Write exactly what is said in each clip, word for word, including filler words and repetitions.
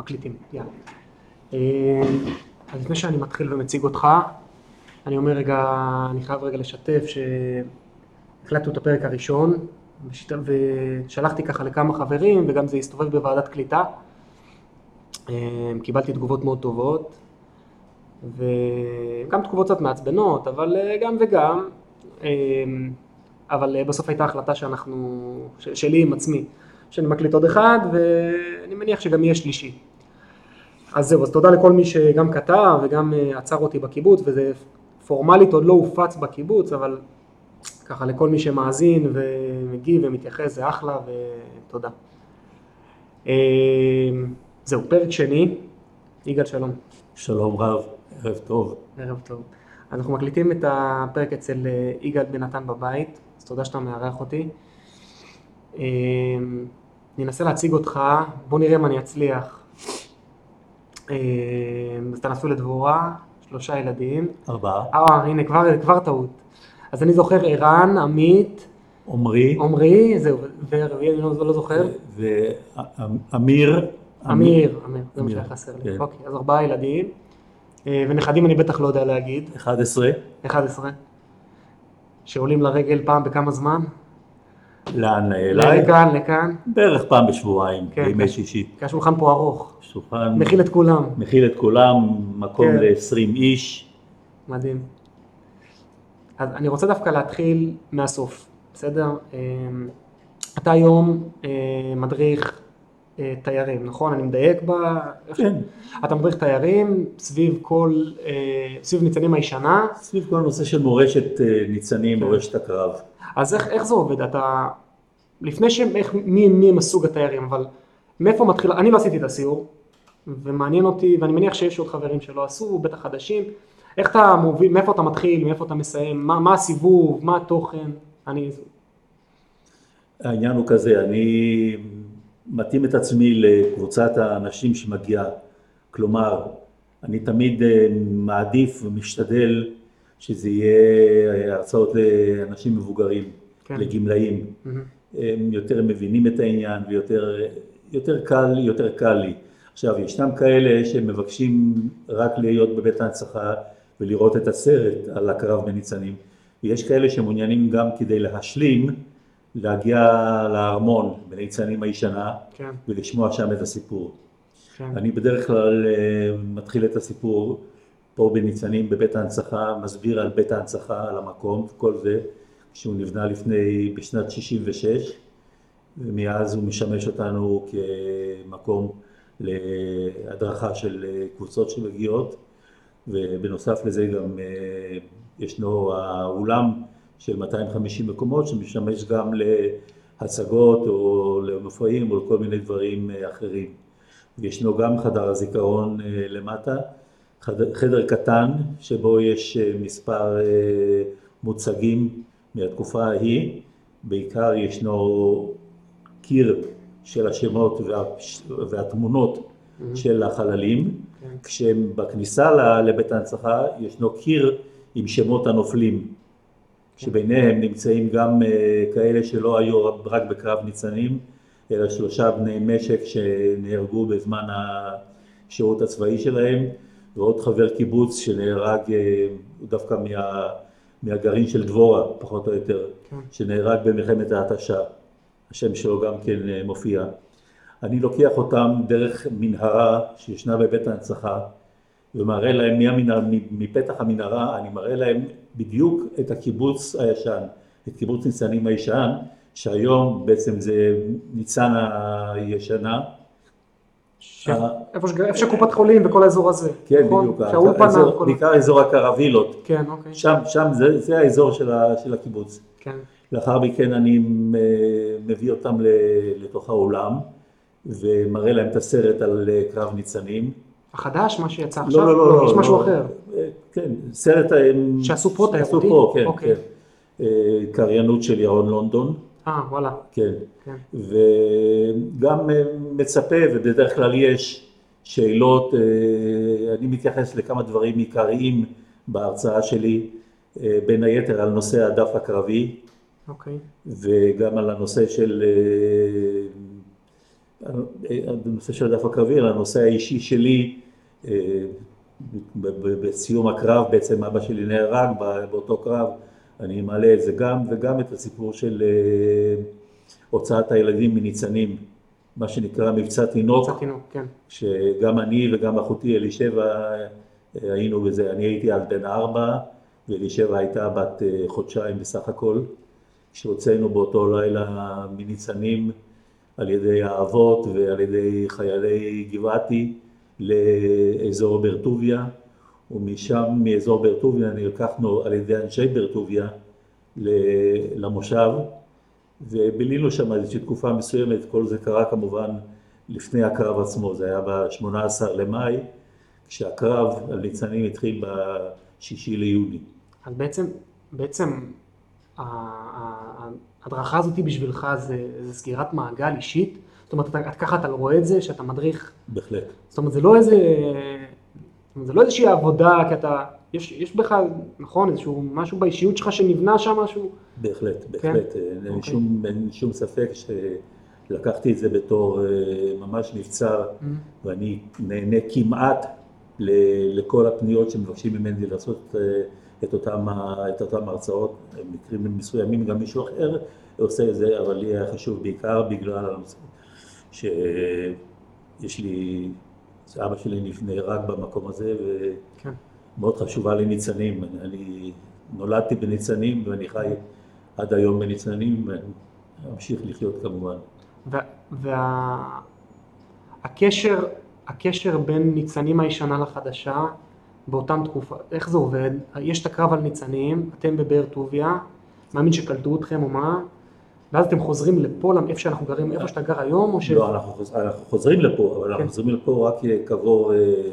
מקליטים, יאללה. אז לפני שאני מתחיל ומציג אותך, אני אומר רגע, אני חייב רגע לשתף שהקלטנו את הפרק הראשון, ושלחתי ככה לכמה חברים, וגם זה הסתובב בוועדת קליטה. קיבלתי תגובות מאוד טובות, וגם תגובות קצת מעצבנות, אבל גם וגם. אבל בסוף הייתה החלטה שאנחנו, שלי עם עצמי, שאני מקליט עוד אחד, ואני מניח שגם יהיה שלישי. אז זהו, אז תודה לכל מי שגם כתב וגם עצר אותי בקיבוץ, וזה פורמלית עוד לא הופץ בקיבוץ, אבל ככה לכל מי שמאזין ומגיב ומתייחס, זה אחלה ותודה. זהו, פרק שני. יגאל, שלום. שלום רב, ערב טוב. ערב טוב. אנחנו מקליטים את הפרק אצל יגאל בן נתן בבית, אז תודה שאתה מארח אותי. אני אנסה להציג אותך, בוא נראה מה אני אצליח. אז תנסו לדבורה, שלושה ילדים. ארבעה. אה, הנה, כבר, כבר טעות. אז אני זוכר ערן, עמית. עומרי. עומרי, זהו, ורביעי, אני לא, לא זוכר. ואמיר. אמיר, אמיר, זה מה שהיה חסר לי. כן. אוקיי, אז ארבעה ילדים. ונכדים אני בטח לא יודע להגיד. אחד עשרה. אחד עשרה. שעולים לרגל פעם בכמה זמן? לאן? אליי? לכאן, לכאן. בערך פעם בשבועיים, כן, בימי שישי. כי השולחן פה ארוך. שולחן... מכיל את כולם. מכיל את כולם, מקום כן. ל-עשרים איש. מדהים. אז אני רוצה דווקא להתחיל מהסוף, בסדר? אתה היום מדריך תיירים, נכון? אני מדייק בה? כן. אתה מדריך תיירים סביב כל, סביב ניצנים הישנה? סביב כל הנושא של מורשת ניצנים, כן. מורשת הקרב. אז איך, איך זה עובד? אתה, לפני שאיך, מי, מי הם הסוג התיירים, אבל מאיפה מתחיל, אני לא עשיתי את הסיור, ומעניין אותי, ואני מניח שיש עוד חברים שלא עשו, בטח חדשים, איך אתה מוביל, מאיפה אתה מתחיל, מאיפה אתה מסיים, מה, מה הסיבוב, מה התוכן, אני... העניין הוא כזה, אני מתאים את עצמי לקבוצת האנשים שמגיעה, כלומר, אני תמיד מעדיף ומשתדל שזה יהיה הרצאות לאנשים מבוגרים, כן. לגמלאים, mm-hmm. הם יותר מבינים את העניין ויותר יותר קל, יותר קל לי. עכשיו, ישנם כאלה שמבקשים רק להיות בבית ההנצחה ולראות את הסרט על הקרב בניצנים, ויש כאלה שמעוניינים גם כדי להשלים, להגיע לארמון בניצנים הישנה, כן. ולשמוע שם את הסיפור. כן. אני בדרך כלל מתחיל את הסיפור פה בניצנים בבית ההנצחה, מסביר על בית ההנצחה, על המקום, כל זה, שהוא נבנה לפני, בשנת שישים ושש, ומאז הוא משמש אותנו כמקום להדרכה של קבוצות שמגיעות, ובנוסף לזה גם ישנו האולם של מאתיים וחמישים מקומות, שמשמש גם להצגות או למופעים או לכל מיני דברים אחרים. וישנו גם חדר הזיכרון למטה, חדר, חדר קטן שבו יש מספר מוצגים מהתקופה ההיא, בעיקר ישנו קיר של השמות וה, והתמונות mm-hmm. של החללים, okay. כשבכניסה לבית ההנצחה ישנו קיר עם שמות הנופלים, okay. שביניהם נמצאים גם כאלה שלא היו רק בקרב ניצנים, אלא שלושה בני משק שנהרגו בזמן השירות הצבאי שלהם, ועוד חבר קיבוץ שנהרג דווקא מה, מהגרעין של דבורה, פחות או יותר, כן. שנהרג במלחמת ההתשה, השם שלו גם כן מופיע. אני לוקח אותם דרך מנהרה שישנה בבית ההנצחה, ומראה להם מהמנהרה, מפתח המנהרה, אני מראה להם בדיוק את הקיבוץ הישן, את קיבוץ ניצנים הישן, שהיום בעצם זה ניצן הישנה. איפה שקופת חולים וכל האזור הזה. כן, בדיוק. בעיקר אזור הקרווילות. כן, אוקיי. שם זה האזור של הקיבוץ. כן. לאחר מכן אני מביא אותם לתוך האולם, ומראה להם את הסרט על קרב ניצנים. החדש, מה שיצא עכשיו? לא, לא, לא. יש משהו אחר. כן, סרט... שעשו פה תיירותי? שעשו פה, כן, כן. קריינות של ירון לונדון. אה, וואלה. כן. וגם מצפה, ובדרך כלל יש שאלות, אני מתייחס לכמה דברים עיקריים בהרצאה שלי, בין היתר על נושא הדף הקרבי, וגם על הנושא של בנושא של הדף הקרבי, הנושא האישי שלי, בסיום הקרב, בעצם אבא שלי נהרג באותו קרב, אני מעלה את זה גם, וגם את הסיפור של הוצאת הילדים מניצנים, מה שנקרא מבצע תינוק, מבצע תינוק, כן. שגם אני וגם אחותי אלישבע היינו בזה, אני הייתי אז בן ארבע, ואלישבע הייתה בת חודשיים בסך הכל, שהוצאנו באותו לילה מניצנים על ידי האבות ועל ידי חיילי גבעתי לאזור ברטוביה, ומשם מאזור ברטוביה נלקחנו על ידי אנשי ברטוביה למושב, ובילינו שם איזושהי תקופה מסוימת. כל זה קרה כמובן לפני הקרב עצמו, זה היה ב-שמונה עשר למאי, כשהקרב על ניצנים התחיל בשישי ליוני. אז בעצם, בעצם ההדרכה הזאת בשבילך זה, זה סגירת מעגל אישית? זאת אומרת, אתה, ככה אתה רואה את זה, שאתה מדריך? בהחלט. זאת אומרת, זה לא איזה, זה לא איזושהי עבודה, כי אתה, יש, יש בך, נכון, איזשהו משהו באישיות שלך שנבנה שם משהו? בהחלט, בהחלט. כן? אין, אוקיי. שום, אין שום ספק שלקחתי את זה בתור ממש מבצר, mm-hmm. ואני נהנה כמעט לכל הפניות שמבקשים ממני לעשות את אותם, את אותם הרצאות. במקרים מסוימים גם מישהו אחר עושה את זה, אבל לי היה חשוב בעיקר בגלל הנושא שיש לי, אבא שלי נהרג במקום הזה, ומאוד חשובה לי ניצנים. אני נולדתי בניצנים ואני חי עד היום בניצנים, ואני אמשיך לחיות כמובן. והקשר, הקשר בין ניצנים הישנה לחדשה, באותם תקופה, איך זה עובד? יש את הקרב על ניצנים, אתם בבאר טוביה, מאמין שקלטו אתכם או מה, ואז אתם חוזרים לפה, איפה שאנחנו גרים, איפה שאתה גר היום, או ש... לא, אנחנו חוזרים לפה, אבל אנחנו חוזרים לפה רק כעבור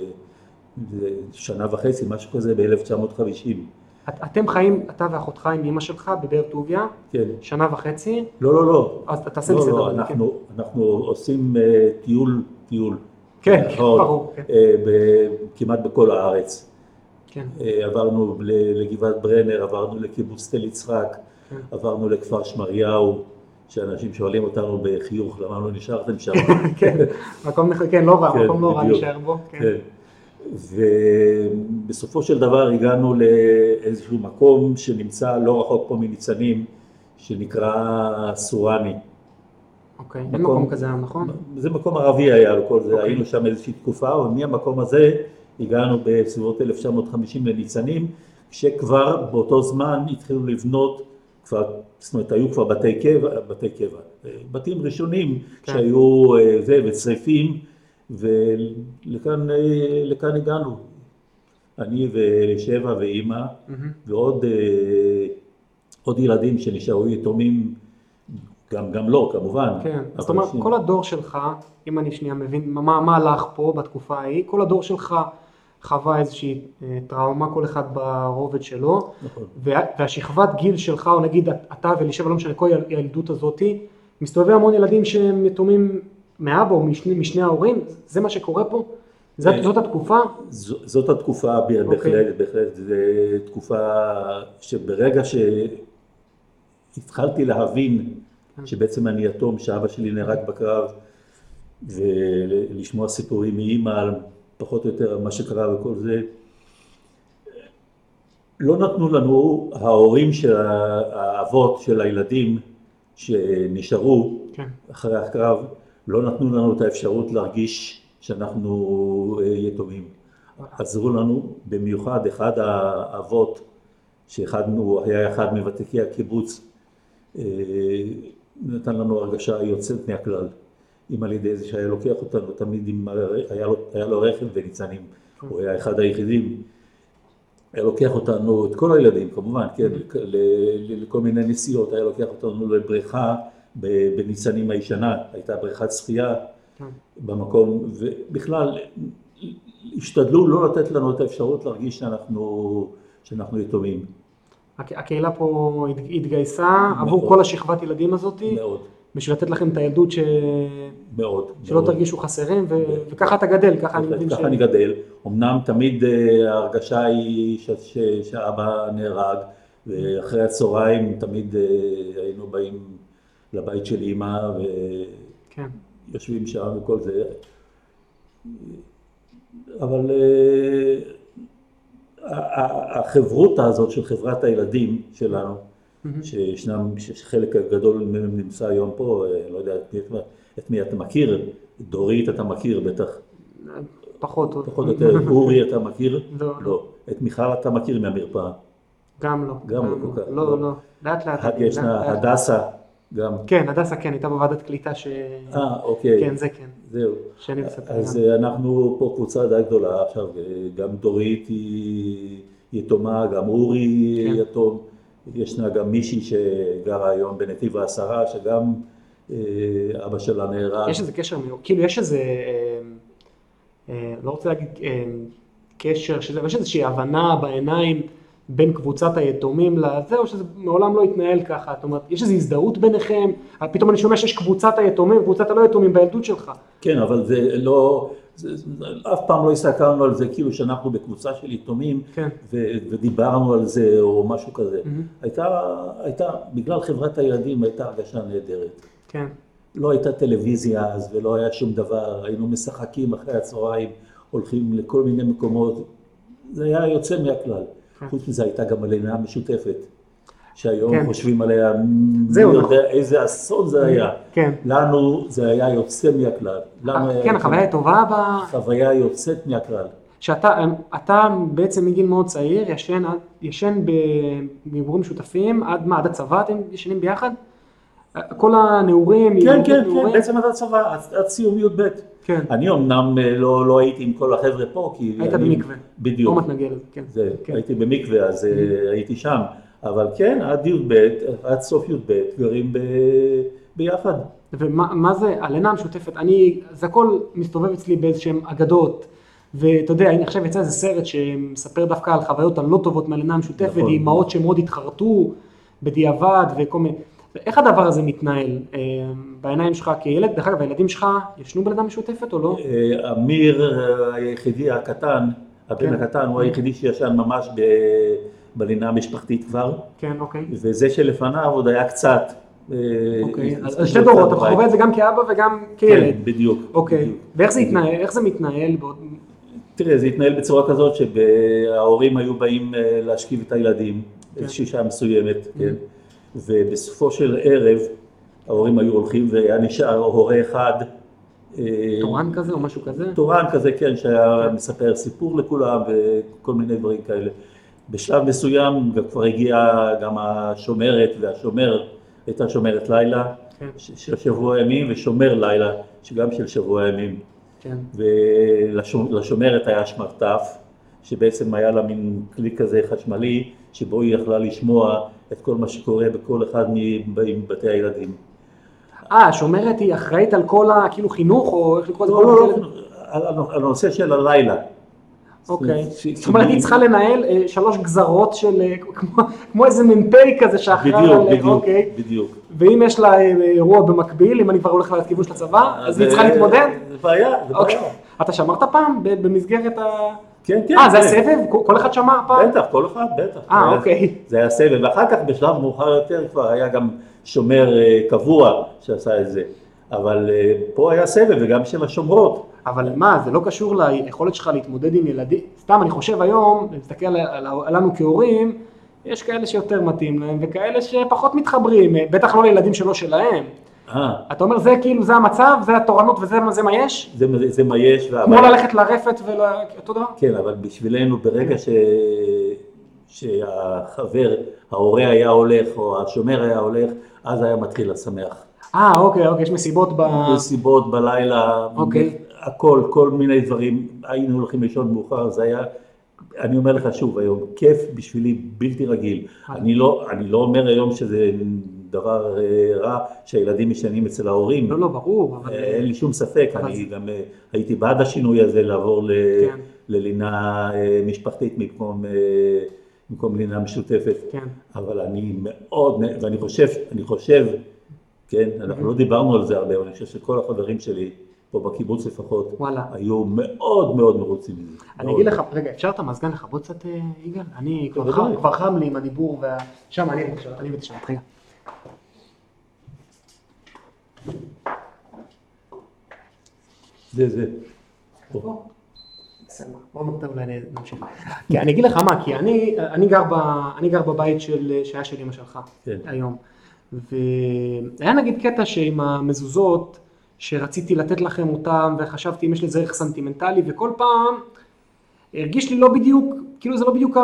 שנה וחצי, משהו כזה, ב-אלף תשע מאות וחמישים. אתם חיים, אתה ואחותך עם אמא שלך בבאר טוביה, כן. שנה וחצי? לא, לא, לא. אז תעשה בסדר. לא, לא, אנחנו עושים טיול, טיול. כן, ברור. כמעט בכל הארץ. כן. עברנו לגבעת ברנר, עברנו לקיבוץ תל יצחק, עברנו לכפר שמריהו, שאנשים שואלים אותנו בחיוך, למה לא נשארתם שם? כן, מקום כן, לא רע, מקום לא רע נשאר בו. כן. ובסופו של דבר הגענו לאיזשהו מקום שנמצא לא רחוק פה מניצנים, שנקרא סורני. אוקיי, אין מקום כזה, נכון? זה מקום ערבי היה, וכל זה, היינו שם איזושהי תקופה, ומהמקום הזה הגענו בסביבות אלף תשע מאות וחמישים לניצנים, כשכבר באותו זמן התחילו לבנות, כבר, זאת אומרת, היו כבר בתי קבע, בתי קבע, בתים ראשונים שהיו זה, וצריפים, ולכאן לכאן הגענו. אני ואלישבע ואימא, ועוד עוד ילדים שנשארו יתומים, גם, גם לא, כמובן. כן, זאת אומרת, כל הדור שלך, אם אני שנייה מבין, מה, מה הלך פה בתקופה ההיא, כל הדור שלך חווה איזושהי טראומה, כל אחד ברובד שלו, נכון. והשכבת גיל שלך, או נגיד אתה ואלישבע, לא משנה, כל הילדות הזאת, מסתובבי המון ילדים שהם יתומים מאבא או משני, משני ההורים, זה מה שקורה פה? זאת, זאת התקופה? ז, זאת התקופה, בהחלט, okay. בהחלט, זו תקופה שברגע שהתחלתי להבין, שבעצם אני יתום, שאבא שלי נהרג בקרב, ולשמוע סיפורים מאמא על פחות או יותר מה שקרה וכל זה, לא נתנו לנו, ההורים של האבות של הילדים שנשארו כן. אחרי הקרב, לא נתנו לנו את האפשרות להרגיש שאנחנו יתומים. עזרו לנו במיוחד אחד האבות, שאחד הוא היה אחד מוותיקי הקיבוץ, נתן לנו הרגשה יוצאת מהכלל, אם על ידי זה שהיה לוקח אותנו, תמיד עם, היה, לו, היה לו רכב וניצנים, הוא היה אחד היחידים, היה לוקח אותנו, את כל הילדים כמובן, כן, לכל מיני נסיעות, היה לוקח אותנו לבריכה בניצנים הישנה, הייתה בריכת שחייה במקום, ובכלל השתדלו לא לתת לנו את האפשרות להרגיש שאנחנו, שאנחנו יתומים. הקהילה פה התגייסה עבור כל השכבת ילדים הזאת, מאוד. בשביל לתת לכם את הילדות ש... מאוד. שלא מאוד. תרגישו חסרים, ו... וככה אתה גדל, ככה אני מבין ש... ככה אני גדל. אמנם תמיד ההרגשה היא ש... ש... שאבא נהרג, ואחרי הצהריים תמיד היינו באים לבית של אמא, ו... כן. יושבים שם וכל זה. אבל החברותה הזאת של חברת הילדים שלנו, שישנם, שחלק גדול מהם נמצא היום פה, לא יודע את מי אתה מכיר, דורית אתה מכיר בטח. פחות. פחות יותר, אורי אתה מכיר? לא. לא. את מיכל אתה מכיר מהמרפאה? גם לא. גם לא כל כך. לא, לא. לאט לאט. ישנה הדסה גם. כן, הדסה כן, הייתה בוועדת קליטה ש... אה, אוקיי. כן, זה כן. זהו. שאני מספר. אז אנחנו פה קבוצה די גדולה עכשיו, גם דורית היא יתומה, גם אורי יתום. ישנה גם מישהי שגרה היום בנתיב העשרה, שגם אבא שלה נהרג. יש איזה קשר, כאילו יש איזה, לא רוצה להגיד קשר, יש איזושהי הבנה בעיניים בין קבוצת היתומים לזה, או שזה מעולם לא התנהל ככה, זאת אומרת, יש איזו הזדהות ביניכם, פתאום אני שומע שיש קבוצת היתומים, קבוצת הלא יתומים בילדות שלך. כן, אבל זה לא, זה, זה, אף פעם לא הסתכלנו על זה כאילו שאנחנו בקבוצה של יתומים, כן. ו, ודיברנו על זה או משהו כזה. Mm-hmm. הייתה, הייתה, בגלל חברת הילדים הייתה הרגשה נהדרת. כן. לא הייתה טלוויזיה אז ולא היה שום דבר, היינו משחקים אחרי הצהריים, הולכים לכל מיני מקומות, זה היה יוצא מהכלל. כן. חוץ מזה הייתה גם הלינה משותפת, שהיום כן. חושבים עליה, מי יודע איזה אסון זה היה. כן. לנו זה היה יוצא מהכלל. כן, החוויה טובה ב... חוויה יוצאת מהכלל. שאתה אתה בעצם מגיל מאוד צעיר, ישן, ישן במגורים משותפים, עד מה, עד הצבא אתם ישנים ביחד? כל הנעורים... כן, כן, כן, בעצם עד הצבא, עד סיום י' ב'. כן. אני אמנם לא, לא הייתי עם כל החבר'ה פה, כי... היית אני, במקווה. בדיוק. עומת נגיע לזה, כן. זה, כן. הייתי במקווה, אז mm-hmm. הייתי שם. אבל כן, עד י' ב', עד סוף י' ב', גרים ב... ביחד. ומה מה זה, הלינה המשותפת, אני, זה הכל מסתובב אצלי באיזשהם אגדות, ואתה יודע, הנה עכשיו יצא איזה סרט שמספר דווקא על חוויות הלא טובות מהלינה המשותפת, נכון. אימהות שמאוד התחרטו בדיעבד וכל מיני... איך הדבר הזה מתנהל בעיניים שלך כילד? דרך אגב, הילדים שלך ישנו בלינה משותפת או לא? אמיר היחידי הקטן, הבן הקטן, הוא היחידי שישן ממש בלינה המשפחתית כבר. כן, אוקיי. וזה שלפניו עוד היה קצת. אוקיי, אז שתי דורות, אתה חווה את זה גם כאבא וגם כילד. כן, בדיוק. אוקיי, ואיך זה התנהל? איך זה מתנהל? תראה, זה התנהל בצורה כזאת שההורים היו באים להשכיב את הילדים, איזושהי שעה מסוימת, כן. ובסופו של ערב ההורים היו הולכים והיה נשאר הורה אחד. תורן כזה או משהו כזה? תורן כזה, כן, שהיה מספר סיפור לכולם וכל מיני דברים כאלה. בשלב מסוים כבר הגיעה גם השומרת, והשומר הייתה שומרת לילה כן. של שבוע ימים ושומר לילה שגם של שבוע ימים. כן. ולשומרת היה שמרטף, שבעצם היה לה מין כלי כזה חשמלי, שבו היא יכלה לשמוע את כל מה שקורה בכל אחד מבתי הילדים. אה, השומרת היא אחראית על כל הכאילו חינוך או איך לקרוא את זה? לא, לא, לא, על הנושא של הלילה. אוקיי, זאת אומרת, היא צריכה לנהל שלוש גזרות של, כמו איזה מנפי כזה שאחראי על... בדיוק, בדיוק, בדיוק. ואם יש לה אירוע במקביל, אם אני כבר הולך לכיוון של הצבא, אז היא צריכה להתמודד? זה בעיה, זה בעיה. אתה שמרת פעם במסגרת ה... כן, כן. אה, זה היה סבב? כל אחד שמר פעם? בטח, כל אחד, בטח. אה, אוקיי. זה היה סבב, ואחר כך בשלב מאוחר יותר כבר היה גם שומר קבוע שעשה את זה. אבל פה היה סבב וגם של השומרות. אבל מה, זה לא קשור ליכולת שלך להתמודד עם ילדים? סתם, אני חושב היום, להסתכל עלינו כהורים, יש כאלה שיותר מתאים להם וכאלה שפחות מתחברים, בטח לא לילדים שלא שלהם. אתה אומר, זה כאילו, זה המצב, זה התורנות וזה מה יש? זה מה יש. כמו ללכת לרפת ולאותו דבר? כן, אבל בשבילנו, ברגע שהחבר, ההורה היה הולך או השומר היה הולך, אז היה מתחיל לשמח. אה, אוקיי, אוקיי, יש מסיבות ב... מסיבות בלילה, אוקיי. הכל, כל מיני דברים, היינו הולכים לישון מאוחר, זה היה, אני אומר לך שוב היום, כיף בשבילי בלתי רגיל. אני לא, אני לא אומר היום שזה דבר רע שהילדים ישנים אצל ההורים. לא, לא, ברור. אין לי שום ספק, אני גם הייתי בעד השינוי הזה לעבור ללינה משפחתית במקום... במקום לינה משותפת. כן. אבל אני מאוד, ואני חושב, אני חושב, כן, אנחנו לא דיברנו על זה הרבה, אבל אני חושב שכל החברים שלי, פה בקיבוץ לפחות, היו מאוד מאוד מרוצים מזה. אני אגיד לך, רגע, אפשר את המזגן לכבות קצת, יגאל? אני כבר חם לי עם הדיבור, שם אני אביא את השם, רגע. זה זה. פה? בסדר, בואו נקטע אולי נמשיך. כי אני אגיד לך מה, כי אני, אני גר ב, אני גר בבית של, שהיה של אמא שלך, כן. היום. והיה נגיד קטע שעם המזוזות, שרציתי לתת לכם אותם, וחשבתי אם יש לזה ערך סנטימנטלי, וכל פעם הרגיש לי לא בדיוק, כאילו זה לא בדיוק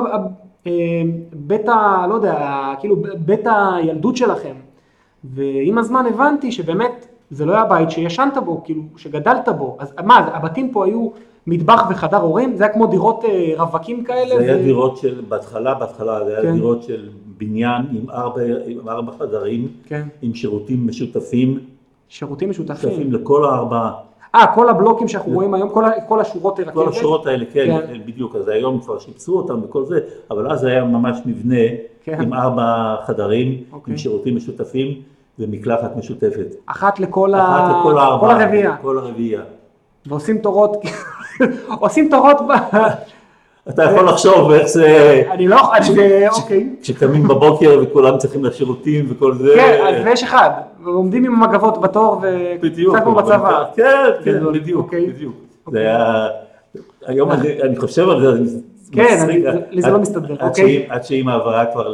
בית ה, לא יודע, כאילו בית הילדות שלכם. ועם הזמן הבנתי שבאמת זה לא היה בית שישנת בו, כאילו שגדלת בו. אז מה, הבתים פה היו מטבח וחדר הורים? זה היה כמו דירות רווקים כאלה? זה היה ו... דירות של, בהתחלה, בהתחלה, זה היה כן. דירות של בניין עם ארבע, עם ארבע חדרים, כן. עם שירותים משותפים. שירותים משותפים? משותפים לכל הארבעה. אה, כל הבלוקים שאנחנו רואים היום, כל, כל השורות רכבת? כל השורות האלה, כן, כן. בדיוק. אז היום כבר שיפצו אותם וכל זה, אבל אז היה ממש מבנה כן. עם ארבע חדרים, אוקיי. עם שירותים משותפים ומקלחת משותפת. אחת לכל, אחת ה... לכל הארבעה. כל הרביעייה. כל הרביעייה. ועושים תורות, עושים תורות ב... אתה יכול לחשוב איך זה... אני לא יכול, זה אוקיי. כשקמים בבוקר וכולם צריכים לשירותים וכל זה... כן, אז ויש אחד, ועומדים עם המגבות בתור וקצת כמו בצבא. כן, כן, בדיוק, בדיוק. זה היה... היום אני חושב על זה, כן, לי זה לא מסתדר, אוקיי. עד שאמא עברה כבר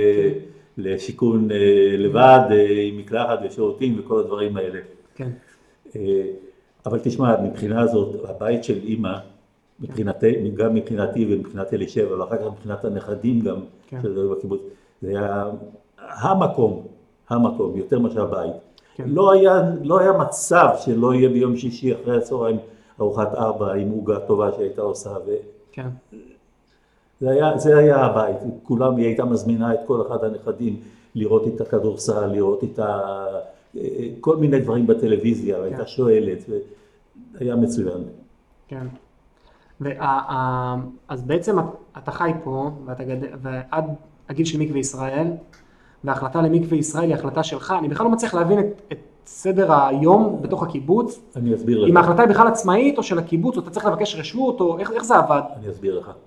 לשיכון לבד, עם מקלחת ושירותים וכל הדברים האלה. כן. אבל תשמע, מבחינה הזאת, הבית של אמא, גם מבחינתי ומבחינת אלישבע, ואחר כך מבחינת הנכדים גם, שזה בקיבוץ, זה היה המקום, המקום, יותר מאשר הבית. לא היה, לא היה מצב שלא יהיה ביום שישי אחרי הצהריים ארוחת ארבע עם עוגה טובה שהייתה עושה. כן. זה היה, זה היה הבית, כולם, היא הייתה מזמינה את כל אחד הנכדים לראות את הכדורסל, לראות את ה... כל מיני דברים בטלוויזיה, והייתה שואלת, והיה מצוין. כן. וה, אז בעצם אתה חי פה, ואתה גדל, ועד הגיל של מקווה ישראל, וההחלטה למקווה ישראל היא החלטה שלך, אני בכלל לא מצליח להבין את, את סדר היום בתוך הקיבוץ. אני אסביר לך. אם ההחלטה היא בכלל עצמאית או של הקיבוץ, או אתה צריך לבקש רשות, או איך, איך זה עבד? אני אסביר לך.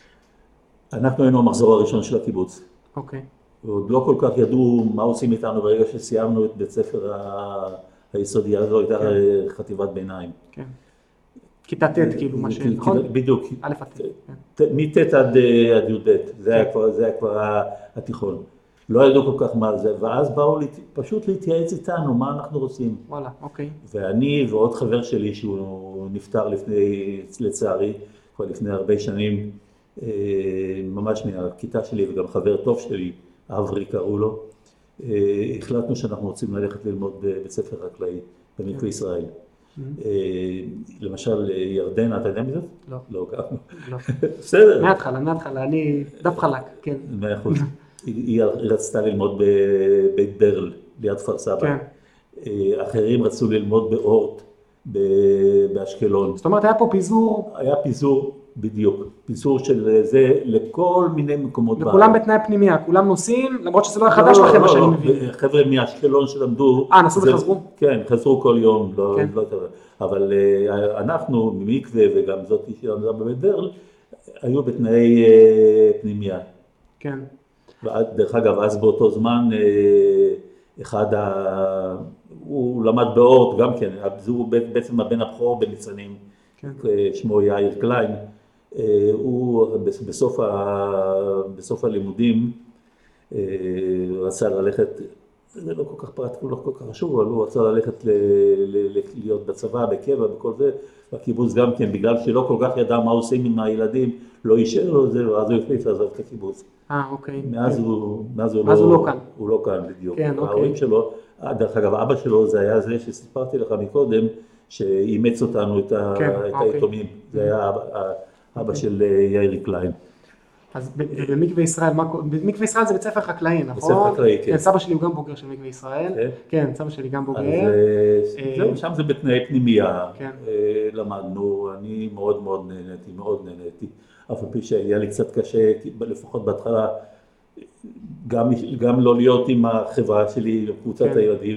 אנחנו היינו המחזור הראשון של הקיבוץ. אוקיי. ועוד לא כל כך ידעו מה עושים איתנו ברגע שסיימנו את בית ספר היסודי, אז זו הייתה חטיבת ביניים. כן. כיתה ט' כאילו מה ש... נכון? בדיוק. א' עד ט'. מט' עד י"ב, זה היה כבר התיכון. לא ידעו כל כך מה זה, ואז באו פשוט להתייעץ איתנו, מה אנחנו רוצים. וואלה, אוקיי. ואני ועוד חבר שלי שהוא נפטר לפני, לצערי, כבר לפני הרבה שנים, ממש מהכיתה שלי וגם חבר טוב שלי, אברי קראו לו, החלטנו שאנחנו רוצים ללכת ללמוד בבית ספר חקלאי במקווה ישראל. למשל ירדנה, אתה יודע מזה? לא. לא, גם. לא. בסדר. מההתחלה, מההתחלה, אני דף חלק, כן. מאה אחוז. היא רצתה ללמוד בבית ברל, ליד כפר סבא. כן. אחרים רצו ללמוד באורט, באשקלון. זאת אומרת, היה פה פיזור... היה פיזור, בדיוק. פיזור של זה לכל מיני מקומות בארץ. וכולם בתנאי פנימיה, כולם נוסעים, למרות שזה לא היה חדש לכם מה שאני מבין. חבר'ה מאשקלון שלמדו... אה, נסעו וחזרו? כן, חזרו כל יום, לא יותר. אבל אנחנו, ממקווה וגם זאת שלמדה בבית ברל, היו בתנאי פנימיה. כן. דרך אגב, אז באותו זמן, אחד ה... הוא למד באורט גם כן, הוא בעצם הבן הבכור בניצנים, שמו יאיר קליין. הוא בסוף, ה... בסוף הלימודים רצה ללכת, זה לא כל כך פרט, הוא לא כל כך חשוב, אבל הוא רצה ללכת ל... ל... להיות בצבא, בקבע, בכל זה. הקיבוץ גם כן, בגלל שלא כל כך ידע מה עושים עם הילדים, לא אישר לו את זה, ואז הוא החליט לעזוב את הקיבוץ. אה, אוקיי. מאז הוא, מאז הוא לא, הוא לא כאן. הוא לא כאן בדיוק. כן, אוקיי. ההורים שלו, דרך אגב, אבא שלו זה היה זה שסיפרתי לך מקודם, שאימץ אותנו את, ה, כן, את אוקיי. היתומים. זה היה אבא, אבא של יאיר קליין. אז במקווה ישראל, במקווה ישראל זה בית ספר חקלאי, נכון? בית ספר חקלאי, כן. כן, סבא שלי הוא גם בוגר של מקווה ישראל. כן? כן, סבא שלי גם בוגר. זהו, שם זה בתנאי פנימייה. כן. למדנו, אני מאוד מאוד נהניתי, מאוד נהניתי. אף על פי שהיה לי קצת קשה, לפחות בהתחלה, גם, גם לא להיות עם החברה שלי, קבוצת כן. הילדים,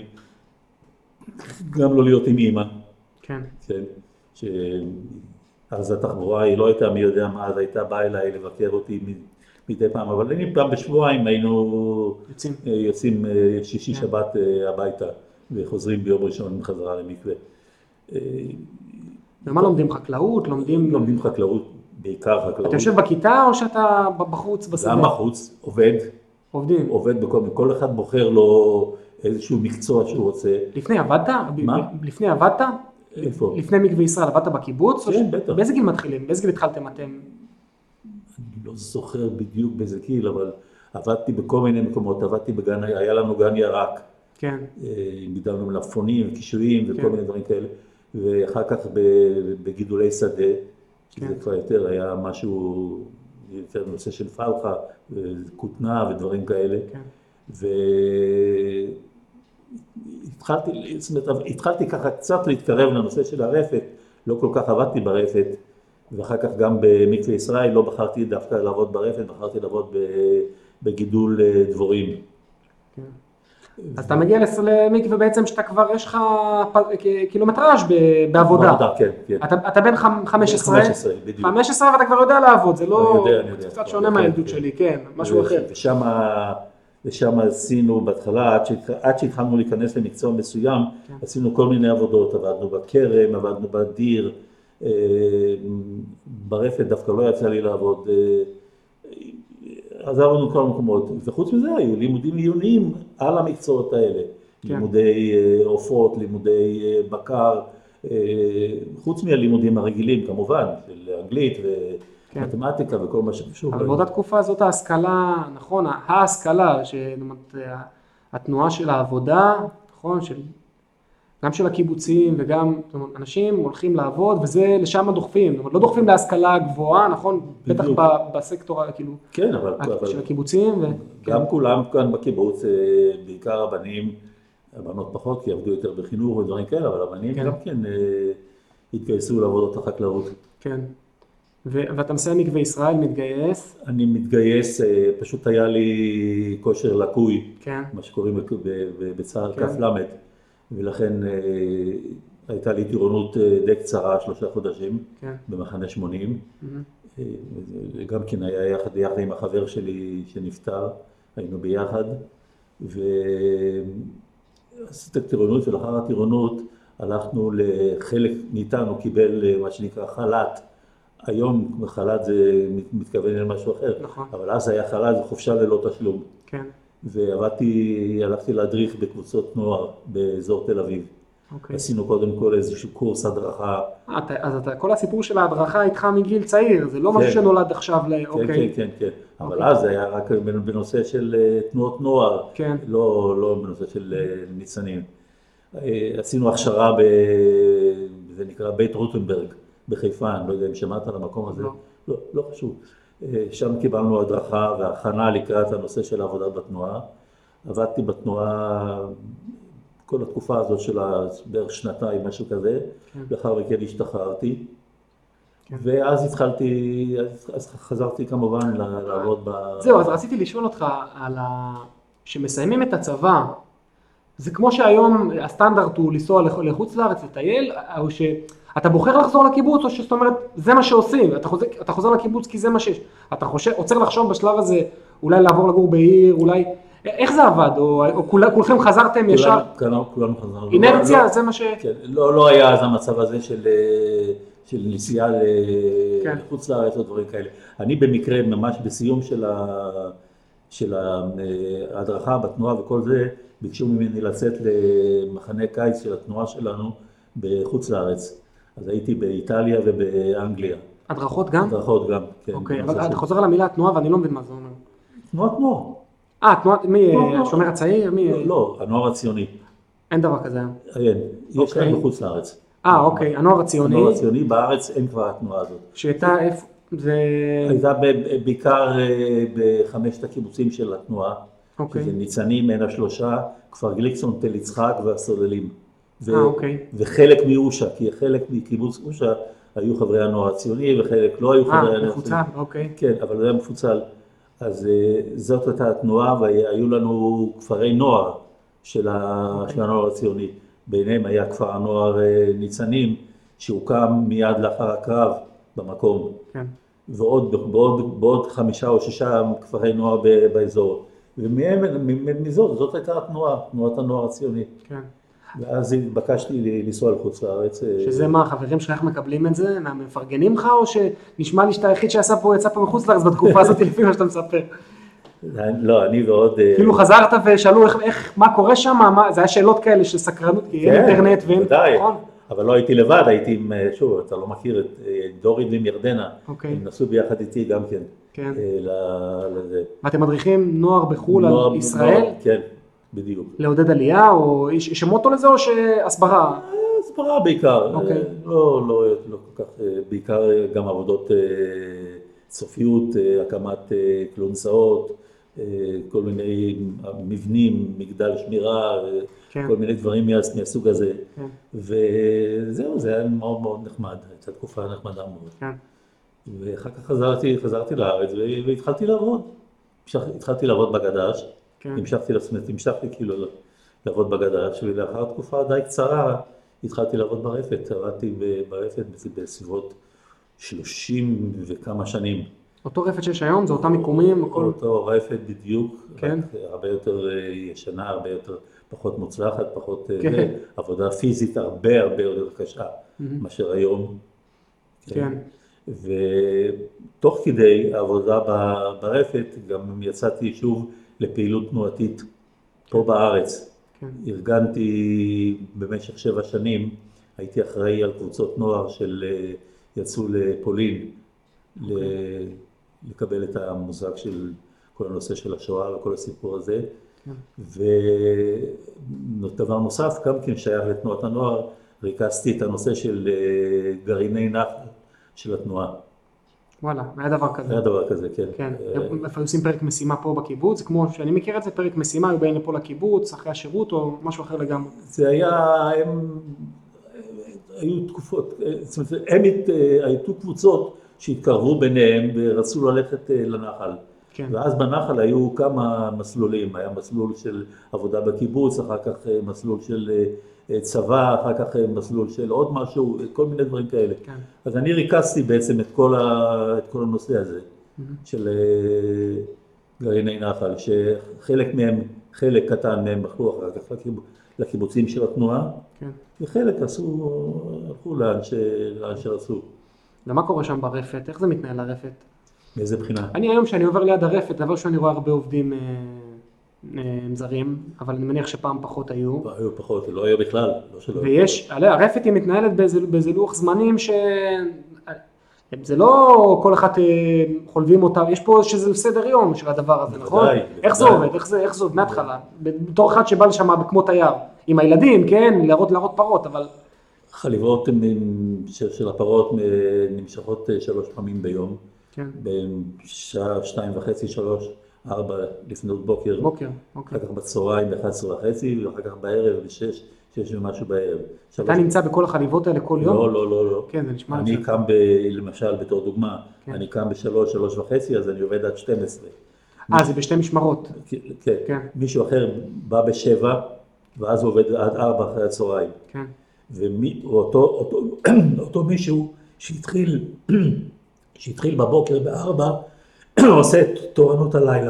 גם לא להיות עם אמא. כן. כן. ש... אז התחבורה היא לא הייתה מי יודע מה, אז הייתה באה אליי לבקר אותי מדי פעם, אבל אני פעם בשבועיים היינו יוצאים, יוצאים שישי שבת הביתה וחוזרים ביום ראשון חזרה למקווה. ומה לומדים? חקלאות? לומדים... לומדים חקלאות, בעיקר חקלאות. אתה יושב בכיתה או שאתה בחוץ בשדה? גם בחוץ, עובד. עובדים. עובד בכל, כל אחד בוחר לו איזשהו מקצוע שהוא רוצה. לפני עבדת? מה? לפני עבדת? איפה? לפני מקווה ישראל, עבדת בקיבוץ? כן, בטח. באיזה גיל מתחילים? באיזה גיל התחלתם אתם? אני לא זוכר בדיוק באיזה גיל, אבל עבדתי בכל מיני מקומות, עבדתי בגן, היה לנו גן ירק. כן. גידלנו מלפפונים וקישואים וכל כן. מיני דברים כאלה, ואחר כך בגידולי שדה, כן. שזה כבר יותר היה משהו, יותר נושא של פלחה, כותנה ודברים כאלה. כן. והתחלתי, זאת אומרת, התחלתי ככה קצת להתקרב לנושא של הרפת, לא כל כך עבדתי ברפת, ואחר כך גם במקווה ישראל לא בחרתי דווקא לעבוד ברפת, בחרתי לעבוד בגידול דבורים. כן. אז אתה מגיע למקווה בעצם שאתה כבר יש לך קילומטראז' בעבודה. בעבודה, כן, כן. אתה בן חמש עשרה? חמש עשרה, בדיוק. חמש עשרה ואתה כבר יודע לעבוד, זה לא... אני יודע, אני יודע. זה קצת שונה מהילדות שלי, כן, משהו אחר. ושם עשינו בהתחלה, עד שהתחלנו להיכנס למקצוע מסוים, עשינו כל מיני עבודות, עבדנו בכרם, עבדנו בדיר, ברפת דווקא לא יצא לי לעבוד, עזרנו כל המקומות, וחוץ מזה היו לימודים עיוניים על המקצועות האלה, לימודי עופות, לימודי בקר, חוץ מהלימודים הרגילים כמובן, של אנגלית ומתמטיקה וכל מה שקשור. אבל באותה תקופה זאת ההשכלה, נכון, ההשכלה, התנועה של העבודה, נכון, גם של הקיבוצים וגם אנשים הולכים לעבוד וזה לשם דוחפים, לא דוחפים להשכלה גבוהה, נכון? בטח בסקטור כאילו של הקיבוצים. גם כולם כאן בקיבוץ, בעיקר הבנים, הבנות פחות כי עבדו יותר בחינוך ודברים כאלה, אבל הבנים גם כן התגייסו לעבודות החקלאות. כן. ואתה מסיים מקווה ישראל, מתגייס? אני מתגייס, פשוט היה לי כושר לקוי, מה שקוראים בצה"ל כף למד. ולכן הייתה לי טירונות די קצרה, שלושה חודשים, במחנה שמונים. גם כן היה יחד, יחד עם החבר שלי שנפטר, היינו ביחד. ועשיתי טירונות, ולאחר הטירונות הלכנו לחלק מאיתנו, קיבל מה שנקרא חל"ת. היום חל"ת זה מתכוון למשהו אחר, אבל אז היה חל"ת, זה חופשה ללא תשלום. כן. ועבדתי, הלכתי להדריך בקבוצות נוער באזור תל אביב. Okay. עשינו קודם כל איזשהו קורס הדרכה. 아, אז אתה, כל הסיפור של ההדרכה איתך מגיל צעיר, זה לא כן. משהו שנולד עכשיו ל... כן, okay. כן, כן, כן. Okay. אבל אז זה היה רק בנושא של תנועות נוער, כן. לא, לא בנושא של ניצנים. עשינו הכשרה, ב... זה נקרא בית רוטנברג בחיפה, אני לא יודע אם שמעת על המקום הזה. לא, לא, לא חשוב. שם קיבלנו הדרכה והכנה לקראת הנושא של העבודה בתנועה. עבדתי בתנועה כל התקופה הזאת של בערך שנתיים, משהו כזה. לאחר מכן השתחררתי. ואז התחלתי, אז חזרתי כמובן לעבוד ב... זהו, אז רציתי לשאול אותך על ה... שמסיימים את הצבא, זה כמו שהיום הסטנדרט הוא לנסוע לחוץ לארץ, לטייל, או ש... אתה בוחר לחזור לקיבוץ, או שזאת אומרת, זה מה שעושים, אתה חוזר, אתה חוזר לקיבוץ כי זה מה שיש. אתה חושב, עוצר לחשוב בשלב הזה, אולי לעבור לגור בעיר, אולי... איך זה עבד? או, או כול, כולכם חזרתם ישר? כולנו, כולנו חזרנו. אינרציה, לא, זה מה ש... כן, לא, לא היה אז המצב הזה של, של נסיעה כן. לחוץ לארץ או דברים כאלה. אני במקרה, ממש בסיום של, ה, של ההדרכה בתנועה וכל זה, ביקשו ממני לצאת למחנה קיץ של התנועה שלנו בחוץ לארץ. אז הייתי באיטליה ובאנגליה. הדרכות גם? הדרכות גם, כן. אוקיי, אבל אתה חוזר על המילה תנועה ואני לא מבין מה זה אומר. תנועת נוער. אה, תנועת, מי, השומר הצעיר? מי? לא, לא, הנוער הציוני. אין דבר כזה. אין, יש להם בחוץ לארץ. אה, אוקיי, הנוער הציוני. הנוער הציוני, בארץ אין כבר התנועה הזאת. שהייתה איפה, זה... הייתה בעיקר בחמשת הקיבוצים של התנועה. אוקיי. שזה ניצנים, עין השלושה, כפר גליקסון, תל יצחק והסוללים. אה, אוקיי. וחלק מאושה, כי חלק מקיבוץ אושה היו חברי הנוער הציוני וחלק לא היו חברי הנוער הציוני. אה, מפוצל, אוקיי. כן, אבל זה היה מפוצל. אז זאת הייתה התנועה והיו לנו כפרי נוער של הנוער הציוני. ביניהם היה כפר הנוער ניצנים שהוקם מיד לאחר הקרב במקום. כן. ועוד בעוד, בעוד חמישה או שישה כפרי נוער באזור. ומזאת, זאת הייתה התנועה, תנועת הנוער הציוני. כן. ואז התבקשתי לנסוע לחוץ לארץ. שזה מה, החברים שלך איך מקבלים את זה? מה, מפרגנים לך, או שנשמע לי שאתה היחיד שיצא פה, יצא פה מחוץ לארץ בתקופה הזאת לפי מה שאתה מספר? לא, אני ועוד... כאילו חזרת ושאלו איך, איך, מה קורה שם, מה, זה היה שאלות כאלה של סקרנות, כי אין אינטרנט ואין... ודאי, נכון? אבל לא הייתי לבד, הייתי עם, שוב, אתה לא מכיר את דורית ועם ירדנה, אוקיי. הם נסעו ביחד איתי גם כן. כן. לזה. ואתם מדריכים נוער בחו"ל על ישראל? כן, בדיוק. לעודד עלייה, או יש מוטו לזה, או שהסברה? הסברה בעיקר, אוקיי. לא, לא, לא כל כך, בעיקר גם עבודות סופיות, הקמת קלונסאות, כל מיני מבנים, מגדל שמירה, כן. כל מיני דברים מהסוג הזה. כן. וזהו, זה היה מאוד מאוד נחמד, הייתה תקופה נחמדה מאוד. כן. ואחר כך חזרתי, חזרתי לארץ והתחלתי לעבוד. התחלתי לעבוד בגדש, כן. המשכתי לעצמי, המשכתי כאילו לעבוד בגדש, ולאחר תקופה די קצרה התחלתי לעבוד ברפת. עבדתי ברפת בסביבות שלושים וכמה שנים. אותו רפת שיש היום, זה אותם מיקומים? הכל... אותו רפת בדיוק, כן. הרבה יותר ישנה, הרבה יותר פחות מוצלחת, פחות כן. עבודה פיזית הרבה הרבה יותר קשה mm-hmm. מאשר היום. כן. כן. ותוך כדי העבודה ברפת גם יצאתי שוב לפעילות תנועתית פה בארץ. כן. ארגנתי במשך שבע שנים, הייתי אחראי על קבוצות נוער של יצאו לפולין okay. לקבל את המושג של כל הנושא של השואה וכל הסיפור הזה. כן. ודבר נוסף, גם כן שייך לתנועת הנוער, ריכזתי את הנושא של גרעיני נחל. של התנועה. וואלה, היה דבר כזה. היה דבר כזה, כן. כן, איפה עושים פרק משימה פה בקיבוץ, כמו שאני מכיר את זה, פרק משימה, היו באים לפה לקיבוץ, אחרי השירות או משהו אחר לגמרי. זה היה, הם, היו תקופות, זאת אומרת, הם היו קבוצות שהתקרבו ביניהם ורצו ללכת לנחל. כן. ואז בנחל היו כמה מסלולים, היה מסלול של עבודה בקיבוץ, אחר כך מסלול של צבא, אחר כך מסלול של עוד משהו, כל מיני דברים כאלה. כן. אז אני ריכזתי בעצם את כל, ה, את כל הנושא הזה mm-hmm. של גרעיני נחל, שחלק מהם, חלק קטן מהם הלכו אחר כך לקיבוצים של התנועה, כן. וחלק עשו, הלכו לאן, ש, לאן שרצו. ומה קורה שם ברפת? איך זה מתנהל הרפת? מאיזה בחינה? אני היום שאני עובר ליד הרפת, דבר שאני רואה הרבה עובדים אה, אה, זרים, אבל אני מניח שפעם פחות היו. היו פחות, לא היו בכלל. לא שלא ויש, עליה, הרפת היא מתנהלת באיזה, באיזה לוח זמנים ש... זה לא כל אחד אה, חולבים אותה, יש פה שזה סדר יום של הדבר הזה, בוודאי, נכון? בוודאי. איך זה עובד? איך זה, איך זה עובד מההתחלה? בתור אחד שבא לשם כמו תייר, עם הילדים, כן, להראות, להראות פרות, אבל... חליבות של, של הפרות נמשכות שלוש פעמים ביום. כן. בשעה שתיים וחצי, שלוש, ארבע לפנות בוקר. בוקר, אוקיי. אחר כך בצהריים ב-אחת עשרה וחצי, ואחר כך בערב ב-שש, שש ומשהו בערב. אתה נמצא בכל החליבות האלה כל יום? לא, לא, לא, לא. כן, זה נשמע אני קם ב... למשל, בתור דוגמה, כן. אני קם בשלוש, שלוש וחצי, אז אני עובד עד שתים עשרה. אה, זה בשתי משמרות. כן, כן. מישהו אחר בא בשבע, ואז הוא עובד עד ארבע אחרי הצהריים. כן. ואותו אותו, אותו מישהו שהתחיל... שהתחיל בבוקר בארבע, עושה תורנות הלילה.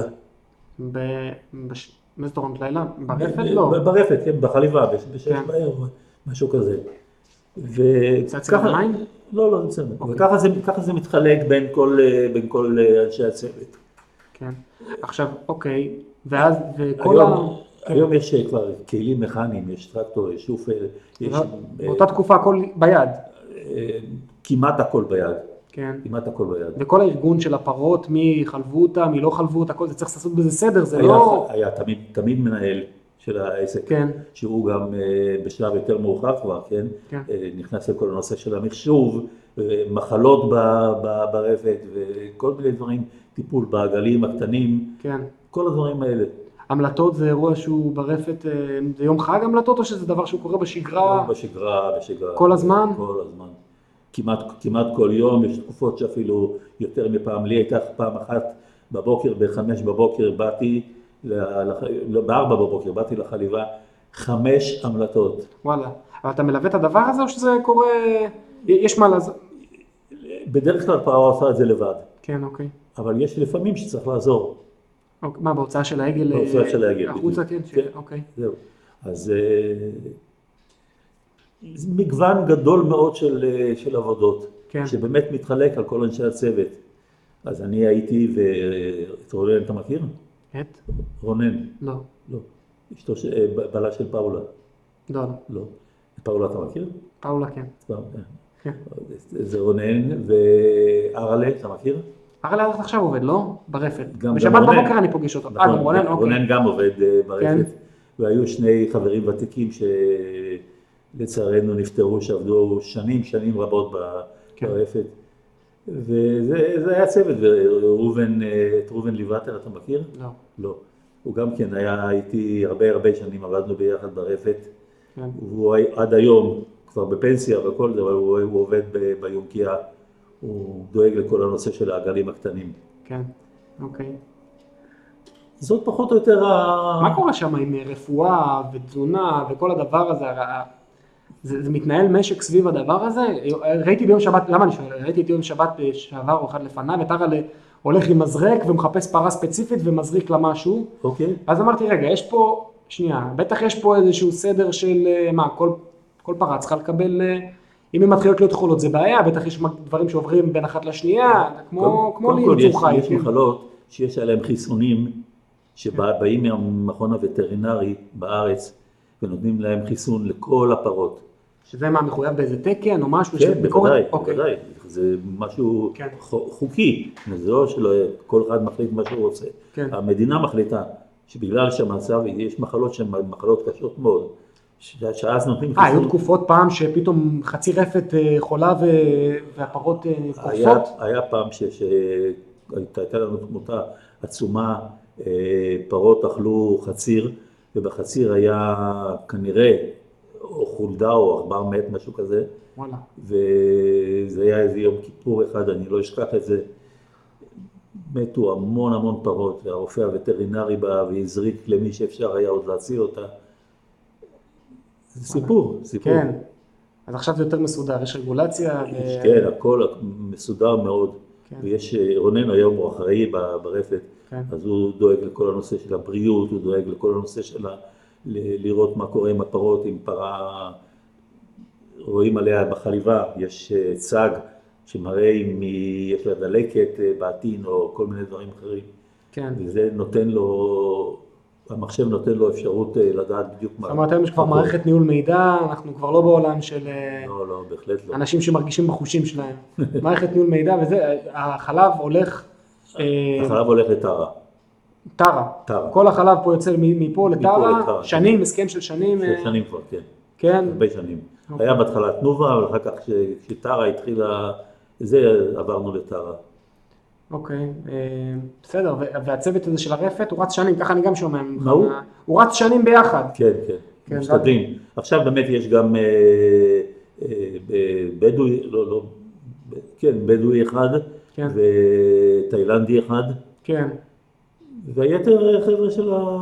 באיזה תורנות לילה? ברפת? לא. ברפת, כן, בחליבה, בשש בערב, משהו כזה. זה אצל המים? לא, לא, בסדר. וככה זה מתחלק בין כל אנשי הצוות. כן. עכשיו, אוקיי, ואז, וכל ה... היום יש כבר כלים מכניים, יש טרקטור, יש שופל. באותה תקופה הכל ביד? כמעט הכל ביד. כן. כמעט הכל ביד. וכל הארגון של הפרות, מי חלבו אותה, מי לא חלבו אותה, הכל זה צריך לעשות בזה סדר, זה לא... היה תמיד, תמיד מנהל של העסק, כן. שהוא גם בשלב יותר מאוחר כבר, כן? כן. נכנס לכל הנושא של המחשוב, מחלות ברפת וכל מיני דברים, טיפול בעגלים הקטנים, כן. כל הדברים האלה. המלטות זה אירוע שהוא ברפת, זה יום חג המלטות או שזה דבר שהוא קורה בשגרה? בשגרה, בשגרה. כל הזמן? כל הזמן. כמעט, כמעט כל יום, יש תקופות שאפילו יותר מפעם, לי הייתה פעם אחת בבוקר, בחמש בבוקר באתי, בארבע בבוקר באתי לחליבה, חמש המלטות. וואלה, אבל אתה מלווה את הדבר הזה או שזה קורה, יש מה לזה? בדרך כלל פרה עושה את זה לבד. כן, אוקיי. אבל יש לפעמים שצריך לעזור. אוקיי, מה, בהוצאה של העגל? בהוצאה של העגל. החוצה, כן, כן, אוקיי. זהו. אז זה מגוון גדול מאוד של, של עבודות, כן. שבאמת מתחלק על כל אנשי הצוות. אז אני הייתי, ואת רונן אתה מכיר? את? רונן. לא. לא. אשתו, ש... בעלה של פאולה. לא, לא. לא. פאולה אתה מכיר? פאולה כן. כן. זה רונן, וארלה, אתה מכיר? ארלה עד עכשיו עובד, לא? ברפת. גם בשבת רונן. בבוקר אני פוגש אותו. אה, גם רונן, אוקיי. רונן גם עובד ברפת. כן. והיו שני חברים ותיקים שלצערנו נפטרו, שעבדו שנים, שנים רבות ברפת. וזה היה צוות, וראובן, את ראובן ליבטר אתה מכיר? לא. לא. הוא גם כן היה איתי הרבה הרבה שנים, עבדנו ביחד ברפת. כן. הוא עד היום כבר בפנסיה וכל זה, אבל הוא, הוא עובד ביונקייה, הוא דואג לכל הנושא של העגלים הקטנים. כן, אוקיי. זאת פחות או יותר ה... מה קורה שם עם רפואה ותזונה וכל הדבר הזה? זה, זה מתנהל משק סביב הדבר הזה? ראיתי ביום שבת, למה אני שואל? ראיתי את יום שבת שעבר או אחד לפניו, ותראה הולך עם מזרק ומחפש פרה ספציפית ומזריק לה משהו. אוקיי. אז אמרתי, רגע, יש פה, שנייה, בטח יש פה איזשהו סדר של, מה, כל, כל פרה צריכה לקבל, אם היא מתחילות להיות חולות זה בעיה, בטח יש דברים שעוברים בין אחת לשנייה, כמו, כמו ליצור חי. יש מחלות שיש עליהם חיסונים, שבאים מהמכון הווטרינרי בארץ, ונותנים להם חיסון לכל הפרות. שזה מה, מחויב באיזה תקן או משהו? כן, בוודאי, אוקיי. בוודאי. זה משהו כן. חוקי, זה לא שכל אחד מחליט מה שהוא רוצה. כן. המדינה מחליטה שבגלל שהמצב, יש מחלות שהן מחלות קשות מאוד, שאז נותנים חיסון. אה, היו תקופות פעם שפתאום חצי רפת חולה ו... והפרות קורסות? היה, היה פעם שהייתה לנו תמותה עצומה, פרות אכלו חציר, ובחציר היה כנראה או חולדה או עכבר מת, משהו כזה. וואלה. וזה היה איזה יום כיפור אחד, אני לא אשכח את זה. מתו המון המון פרות, והרופא הווטרינרי בא והזריק למי שאפשר היה עוד להציל אותה. זה סיפור, סיפור. כן, אז עכשיו זה יותר מסודר, יש רגולציה. ו... כן, הכל מסודר מאוד. כן. ויש, רונן היום הוא אחראי ברפת, כן. אז הוא דואג לכל הנושא של הבריאות, הוא דואג לכל הנושא של ה... לראות מה קורה עם הפרות, עם פרה, רואים עליה בחליבה, יש צג שמראה אם יש לה דלקת בעתין או כל מיני דברים אחרים. כן. וזה נותן לו, המחשב נותן לו אפשרות לדעת בדיוק מה. זאת אומרת, היום יש כבר מערכת ניהול מידע, אנחנו כבר לא בעולם של... לא, לא, בהחלט לא. אנשים שמרגישים בחושים שלהם. מערכת ניהול מידע וזה, החלב הולך... החלב הולך לטרה. טרה. טרה. כל החלב פה יוצא מפה לטרה, שנים, הסכם של שנים. של שנים כבר, כן. כן. הרבה שנים. היה בהתחלה תנובה, אבל אחר כך כשטרה התחילה, זה עברנו לטרה. אוקיי, בסדר, והצוות הזה של הרפת, הוא רץ שנים, ככה אני גם שומע. מה הוא? הוא רץ שנים ביחד. כן, כן, משתדלים. עכשיו באמת יש גם בדואי, לא, לא, כן, בדואי אחד, ותאילנדי אחד. כן. והיתר חבר'ה של ה...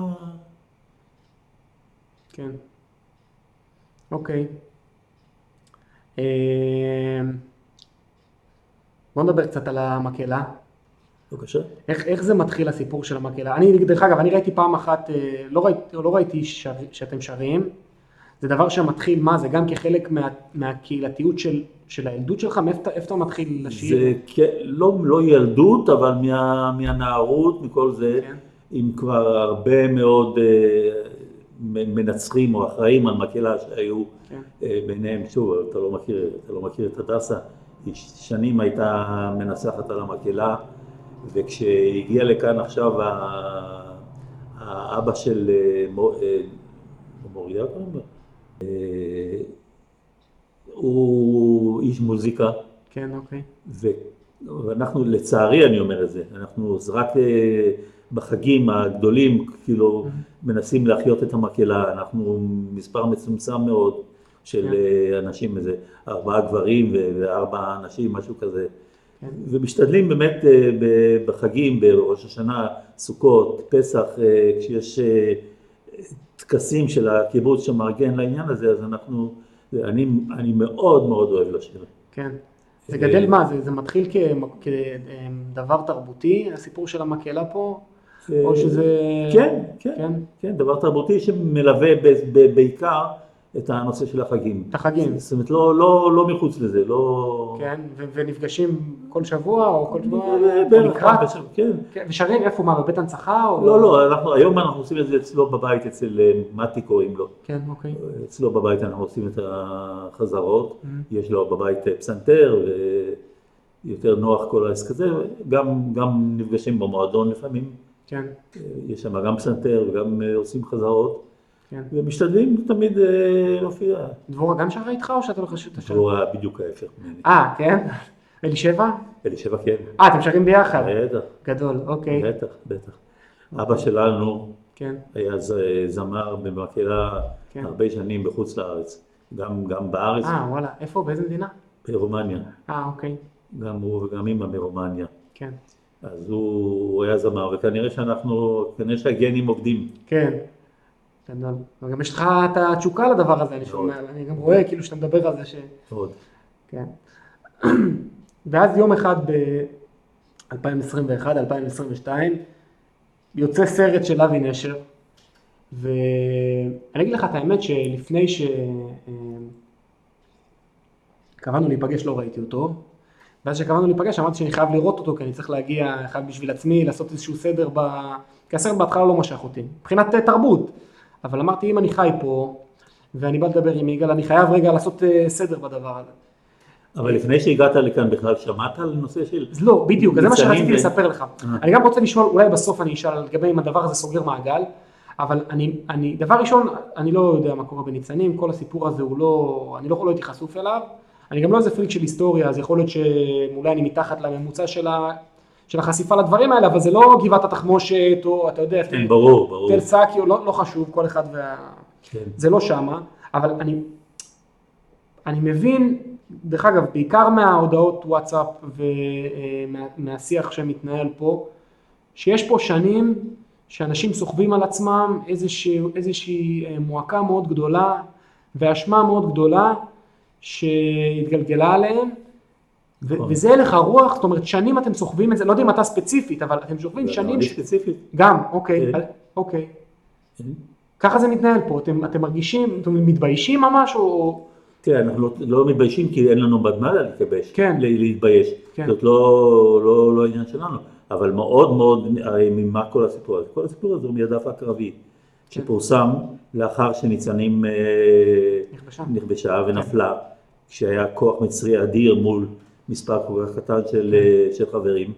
כן. אוקיי. בוא נדבר קצת על המקהלה. בבקשה. איך, איך זה מתחיל הסיפור של המקהלה? אני, דרך אגב, אני ראיתי פעם אחת, לא ראיתי, לא ראיתי שר, שאתם שרים. זה דבר שמתחיל, מה? זה גם כחלק מה, מהקהילתיות של, של הילדות שלך? מאיפה אתה מתחיל לשיר? זה לא, לא ילדות, אבל מה, מהנערות, מכל זה, כן. עם כבר הרבה מאוד מנצחים או אחראים על מקהלה שהיו כן. ביניהם. שוב, אתה לא מכיר, אתה לא מכיר את הדסה. שנים הייתה מנסחת על המקהלה, וכשהגיע לכאן עכשיו האבא של מוריה, הוא איש מוזיקה. כן, אוקיי. ואנחנו, לצערי אני אומר את זה, אנחנו רק בחגים הגדולים, כאילו, מנסים להחיות את המקהלה, אנחנו מספר מצומצם מאוד של אנשים, איזה ארבעה גברים וארבעה אנשים, משהו כזה. ומשתדלים באמת בחגים, בראש השנה, סוכות, פסח, כשיש טקסים של הקיבוץ שמארגן לעניין הזה, אז אנחנו, אני, אני מאוד מאוד אוהב לשיר. כן. זה גדל מה? זה, זה מתחיל כדבר תרבותי, הסיפור של המקהלה פה? או שזה... כן, כן, כן, דבר תרבותי שמלווה בעיקר את הנושא של החגים. את החגים. זאת אומרת, לא, לא, לא מחוץ לזה, לא... כן, ו- ונפגשים כל שבוע או כל שבוע, בערך, לקראת? כן. כן, ושרים איפה, מה, בבית הנצחה? או... לא, לא, אנחנו, היום אנחנו עושים את זה אצלו בבית, אצל מתי קוראים לו. כן, אוקיי. אצלו בבית אנחנו עושים את החזרות, Mm-hmm. יש לו בבית פסנתר ויותר נוח כל העסק הזה, גם, גם נפגשים במועדון לפעמים. כן. יש שם גם פסנתר וגם עושים חזרות. כן. ומשתדלים תמיד להופיע. דבורה גם שרה איתך או שאתה לא חושב את השם? דבורה בדיוק ההפך ממני. אה, כן? אלישבע? אלישבע כן. אה, אתם שרים ביחד? בטח. גדול, אוקיי. בטח, בטח. אבא שלנו כן. היה זמר במקהלה כן. הרבה שנים בחוץ לארץ. גם, גם בארץ, אה, וואלה, איפה? באיזה מדינה? ברומניה. אה, אוקיי. גם הוא וגם אמא מרומניה. כן. אז הוא, הוא היה זמר, וכנראה שאנחנו, כנראה שהגנים עובדים. כן. גדול. וגם יש לך את התשוקה לדבר הזה, אני שומע, אני גם רואה כאילו שאתה מדבר על זה ש... מאוד. כן. ואז יום אחד ב-אלפיים עשרים ואחת אלפיים עשרים ושתיים יוצא סרט של אבי נשר, ואני אגיד לך את האמת שלפני שקבענו להיפגש לא ראיתי אותו, ואז שקבענו להיפגש אמרתי שאני חייב לראות אותו כי אני צריך להגיע, חייב בשביל עצמי לעשות איזשהו סדר, ב... כי הסרט בהתחלה לא משך אותי, מבחינת תרבות, אבל אמרתי אם אני חי פה ואני בא לדבר עם יגאל, אני חייב רגע לעשות סדר בדבר הזה. אבל לפני שהגעת לכאן בכלל, שמעת על נושא של... לא, בדיוק, זה מה שרציתי ו... לספר לך. אני גם רוצה לשאול, אולי בסוף אני אשאל לגבי אם הדבר הזה סוגר מעגל, אבל אני, אני, דבר ראשון, אני לא יודע מה קורה בניצנים, כל הסיפור הזה הוא לא, אני לא יכול להיות חשוף אליו, אני גם לא איזה פריק של היסטוריה, אז יכול להיות שאולי אני מתחת לממוצע של, ה, של החשיפה לדברים האלה, אבל זה לא גבעת התחמושת, או אתה יודע, כן, ברור, ברור. תל סאקי, או לא, לא חשוב, כל אחד וה... כן. זה לא שמה, אבל אני, אני מבין, דרך אגב, בעיקר מההודעות וואטסאפ ומהשיח שמתנהל פה, שיש פה שנים שאנשים סוחבים על עצמם איזושהי, איזושהי מועקה מאוד גדולה ואשמה מאוד גדולה שהתגלגלה עליהם, ו- וזה הלך הרוח, זאת אומרת שנים אתם סוחבים את זה, לא יודע אם אתה ספציפית, אבל אתם סוחבים שנים... אני ספציפית. גם, אוקיי, אוקיי. ככה זה מתנהל פה, אתם, אתם מרגישים, אתם מתביישים ממש או... כן, אנחנו לא, לא מתביישים כי אין לנו במה להתבייש, כן. להתבייש. כן. זאת לא, לא, לא עניין שלנו, אבל מאוד מאוד, ממה כל הסיפור הזה? כל הסיפור הזה הוא מידף הקרבי, כן. שפורסם לאחר שניצנים נכבשה, נכבשה ונפלה, כן. כשהיה כוח מצרי אדיר מול מספר כל כך קטן של, כן. של חברים,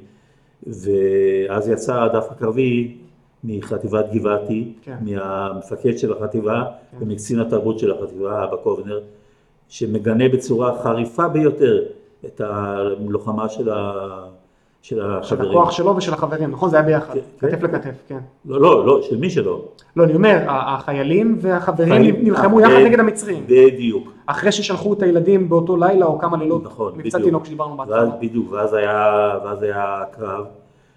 ואז יצא הדף הקרבי מחטיבת גבעתי, כן. מהמפקד של החטיבה, כן. ומקצין התרבות של החטיבה, אבא קובנר, שמגנה בצורה חריפה ביותר את הלוחמה של, ה... של החברים. של הכוח שלו ושל החברים, נכון? זה היה ביחד, כן, כתף כן. לכתף, כן. לא, לא, לא, של מי שלא. לא, אני אומר, החיילים והחברים חיילים, נלחמו יחד נגד המצרים. בדיוק. אחרי ששלחו את הילדים באותו לילה או כמה לילות, נכון, מבצע תינוק שדיברנו בהתחלה. ואז, בדיוק, ואז היה, ואז היה קרב,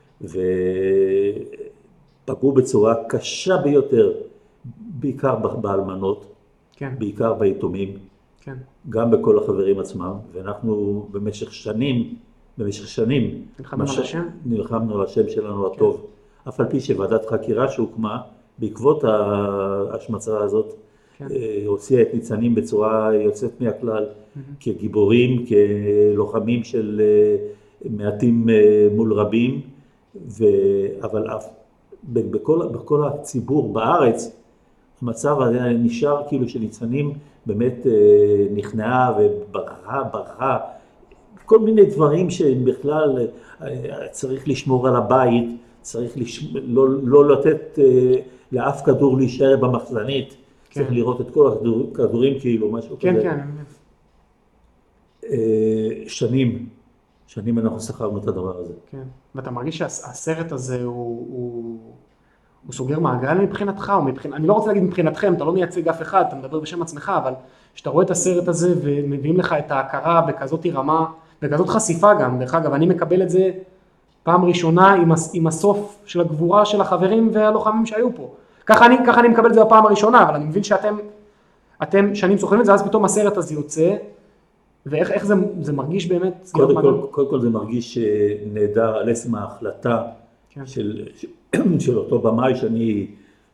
ופגעו בצורה קשה ביותר, בעיקר באלמנות, כן. בעיקר ביתומים. כן. גם בכל החברים עצמם, ואנחנו במשך שנים, במשך שנים, נלחמנו על השם? נלחמנו על השם שלנו הטוב. כן. אף על פי שוועדת חקירה שהוקמה, בעקבות ההשמצה הזאת, כן. הוציאה את ניצנים בצורה יוצאת מהכלל, mm-hmm. כגיבורים, כלוחמים של מעטים מול רבים, ו... אבל אף, בכל, בכל הציבור בארץ, המצב הזה נשאר כאילו שניצנים באמת נכנעה וברחה, ברחה, כל מיני דברים שהם בכלל צריך לשמור על הבית, צריך לש... לא, לא לתת לאף כדור להישאר במחסנית, כן. צריך לראות את כל הכדורים כאילו, משהו כן, כזה. כן, כן. שנים, שנים אנחנו שכרנו את הדבר הזה. כן, ואתה מרגיש שהסרט הזה הוא... הוא... הוא סוגר מעגל מבחינתך, או מבחינ... אני לא רוצה להגיד מבחינתכם, אתה לא מייצג אף אחד, אתה מדבר בשם עצמך, אבל כשאתה רואה את הסרט הזה ומביאים לך את ההכרה בכזאת רמה, בכזאת חשיפה גם, דרך אגב, אני מקבל את זה פעם ראשונה עם, הס... עם הסוף של הגבורה של החברים והלוחמים שהיו פה. ככה אני, ככה אני מקבל את זה בפעם הראשונה, אבל אני מבין שאתם אתם שנים זוכרים את זה, אז פתאום הסרט הזה יוצא, ואיך איך זה, זה מרגיש באמת? קודם כל, כל, כל, כל זה מרגיש נהדר על עצם ההחלטה כן. של... של אותו במאי שאני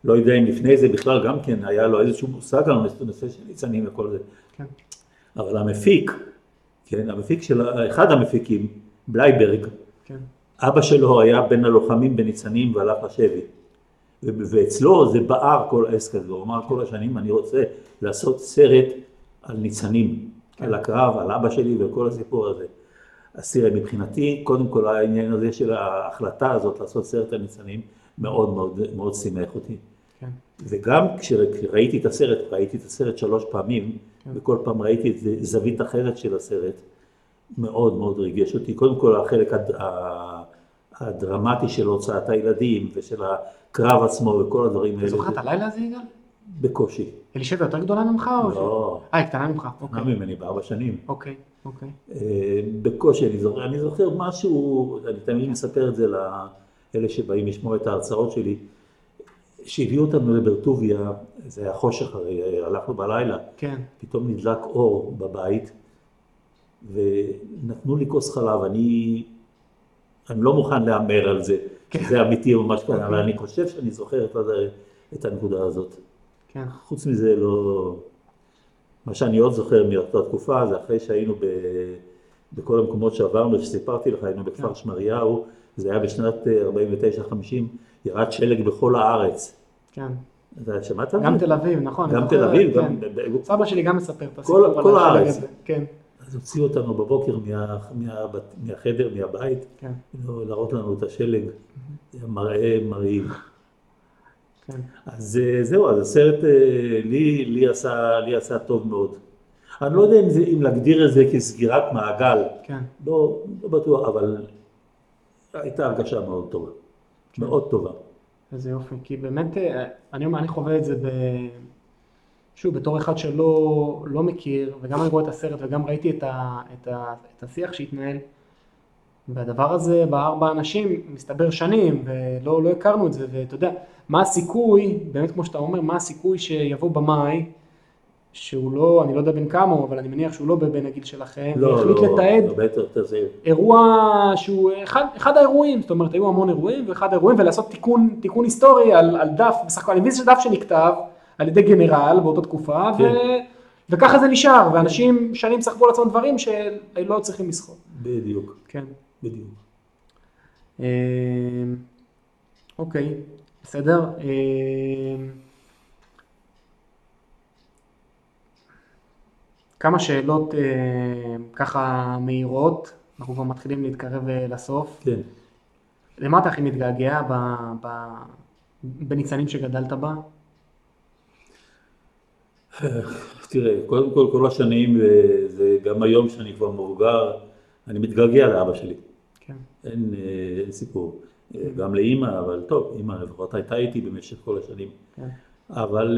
לא יודע אם לפני זה בכלל גם כן היה לו איזשהו מושג על נושא של ניצנים וכל זה. כן. אבל המפיק, כן, המפיק של, אחד המפיקים, בלייברג, כן. אבא שלו היה בין הלוחמים בניצנים והלך לשבי. ואצלו זה בער כל העסק הזה, הוא אמר כל השנים, אני רוצה לעשות סרט על ניצנים, כן. על הקרב, על אבא שלי וכל הסיפור הזה. אז תראה, מבחינתי, קודם כל העניין הזה של ההחלטה הזאת לעשות סרט על ניצנים, מאוד מאוד מאוד שימח אותי. כן. וגם כשראיתי את הסרט, ראיתי את הסרט שלוש פעמים, כן. וכל פעם ראיתי את זווית אחרת של הסרט, מאוד מאוד ריגש אותי. קודם כל החלק הד... הדרמטי של הוצאת הילדים ושל הקרב עצמו וכל הדברים האלה. זוכר את הלילה הזה, יגאל? בקושי. אלישבע יותר גדולה ממך? לא. אה, היא קטנה ממך, אוקיי. קטנה ממני בארבע שנים. אוקיי, אוקיי. בקושי, אני זוכר, אני זוכר משהו, אני תמיד מספר את זה לאלה שבאים לשמוע את ההרצאות שלי, שהביאו אותנו לברטוביה, זה היה חושך, הרי הלכנו בלילה, כן. פתאום נדלק אור בבית, ונתנו לי כוס חלב, אני, אני לא מוכן לאמר על זה, כן. זה אמיתי או משהו כזה, אבל אני חושב שאני זוכר את, את הנקודה הזאת. כן. חוץ מזה לא, מה שאני עוד זוכר מאותה תקופה, זה אחרי שהיינו ב, בכל המקומות שעברנו, שסיפרתי לך, היינו בכפר כן. שמריהו, זה היה בשנת ארבעים ותשע חמישים, ירד שלג בכל הארץ. כן. אתה שמעת על זה? גם תל אביב, נכון. גם תל אביב, גם... סבא שלי גם מספר את הסיפור על השלג הזה. כל הארץ. כן. אז הוציאו אותנו בבוקר מהחדר, מהבית, להראות לנו את השלג, מראה מרהיב. אז זהו, אז הסרט לי עשה טוב מאוד. אני לא יודע אם להגדיר את זה כסגירת מעגל, לא בטוח, אבל הייתה הרגשה מאוד טובה, מאוד טובה. איזה יופי, כי באמת, אני חווה את זה ב... שוב, בתור אחד שלא לא מכיר, וגם אני רואה את הסרט וגם ראיתי את, ה, את, ה, את השיח שהתנהל, והדבר הזה בארבע אנשים מסתבר שנים, ולא לא הכרנו את זה, ואתה יודע, מה הסיכוי, באמת כמו שאתה אומר, מה הסיכוי שיבוא במאי, שהוא לא, אני לא יודע בין כמה, אבל אני מניח שהוא לא בין הגיל שלכם, לא, והחליט לא, לתעד הרבה יותר תזהיר. אירוע שהוא אחד, אחד האירועים, זאת אומרת, היו המון אירועים, ואחד האירועים, ולעשות תיקון, תיקון היסטורי על, על דף, בסך הכל, אני מבין שזה דף שנכתב, על ידי גנרל באותה תקופה, כן. ו... וככה זה נשאר, ואנשים שנים שחקו על עצמם דברים שלא צריכים לשחוק. בדיוק. כן. בדיוק. אוקיי, בסדר. כמה שאלות ככה מהירות, אנחנו כבר מתחילים להתקרב לסוף. כן. למה אתה הכי מתגעגע ב... ב... בניצנים שגדלת בה? תראה, קודם כל, כל השנים, וגם היום שאני כבר מבוגר, אני מתגעגע לאבא שלי. כן. אין, אין סיפור. גם לאמא, אבל טוב, אמא לפחות הייתה איתי במשך כל השנים. כן. אבל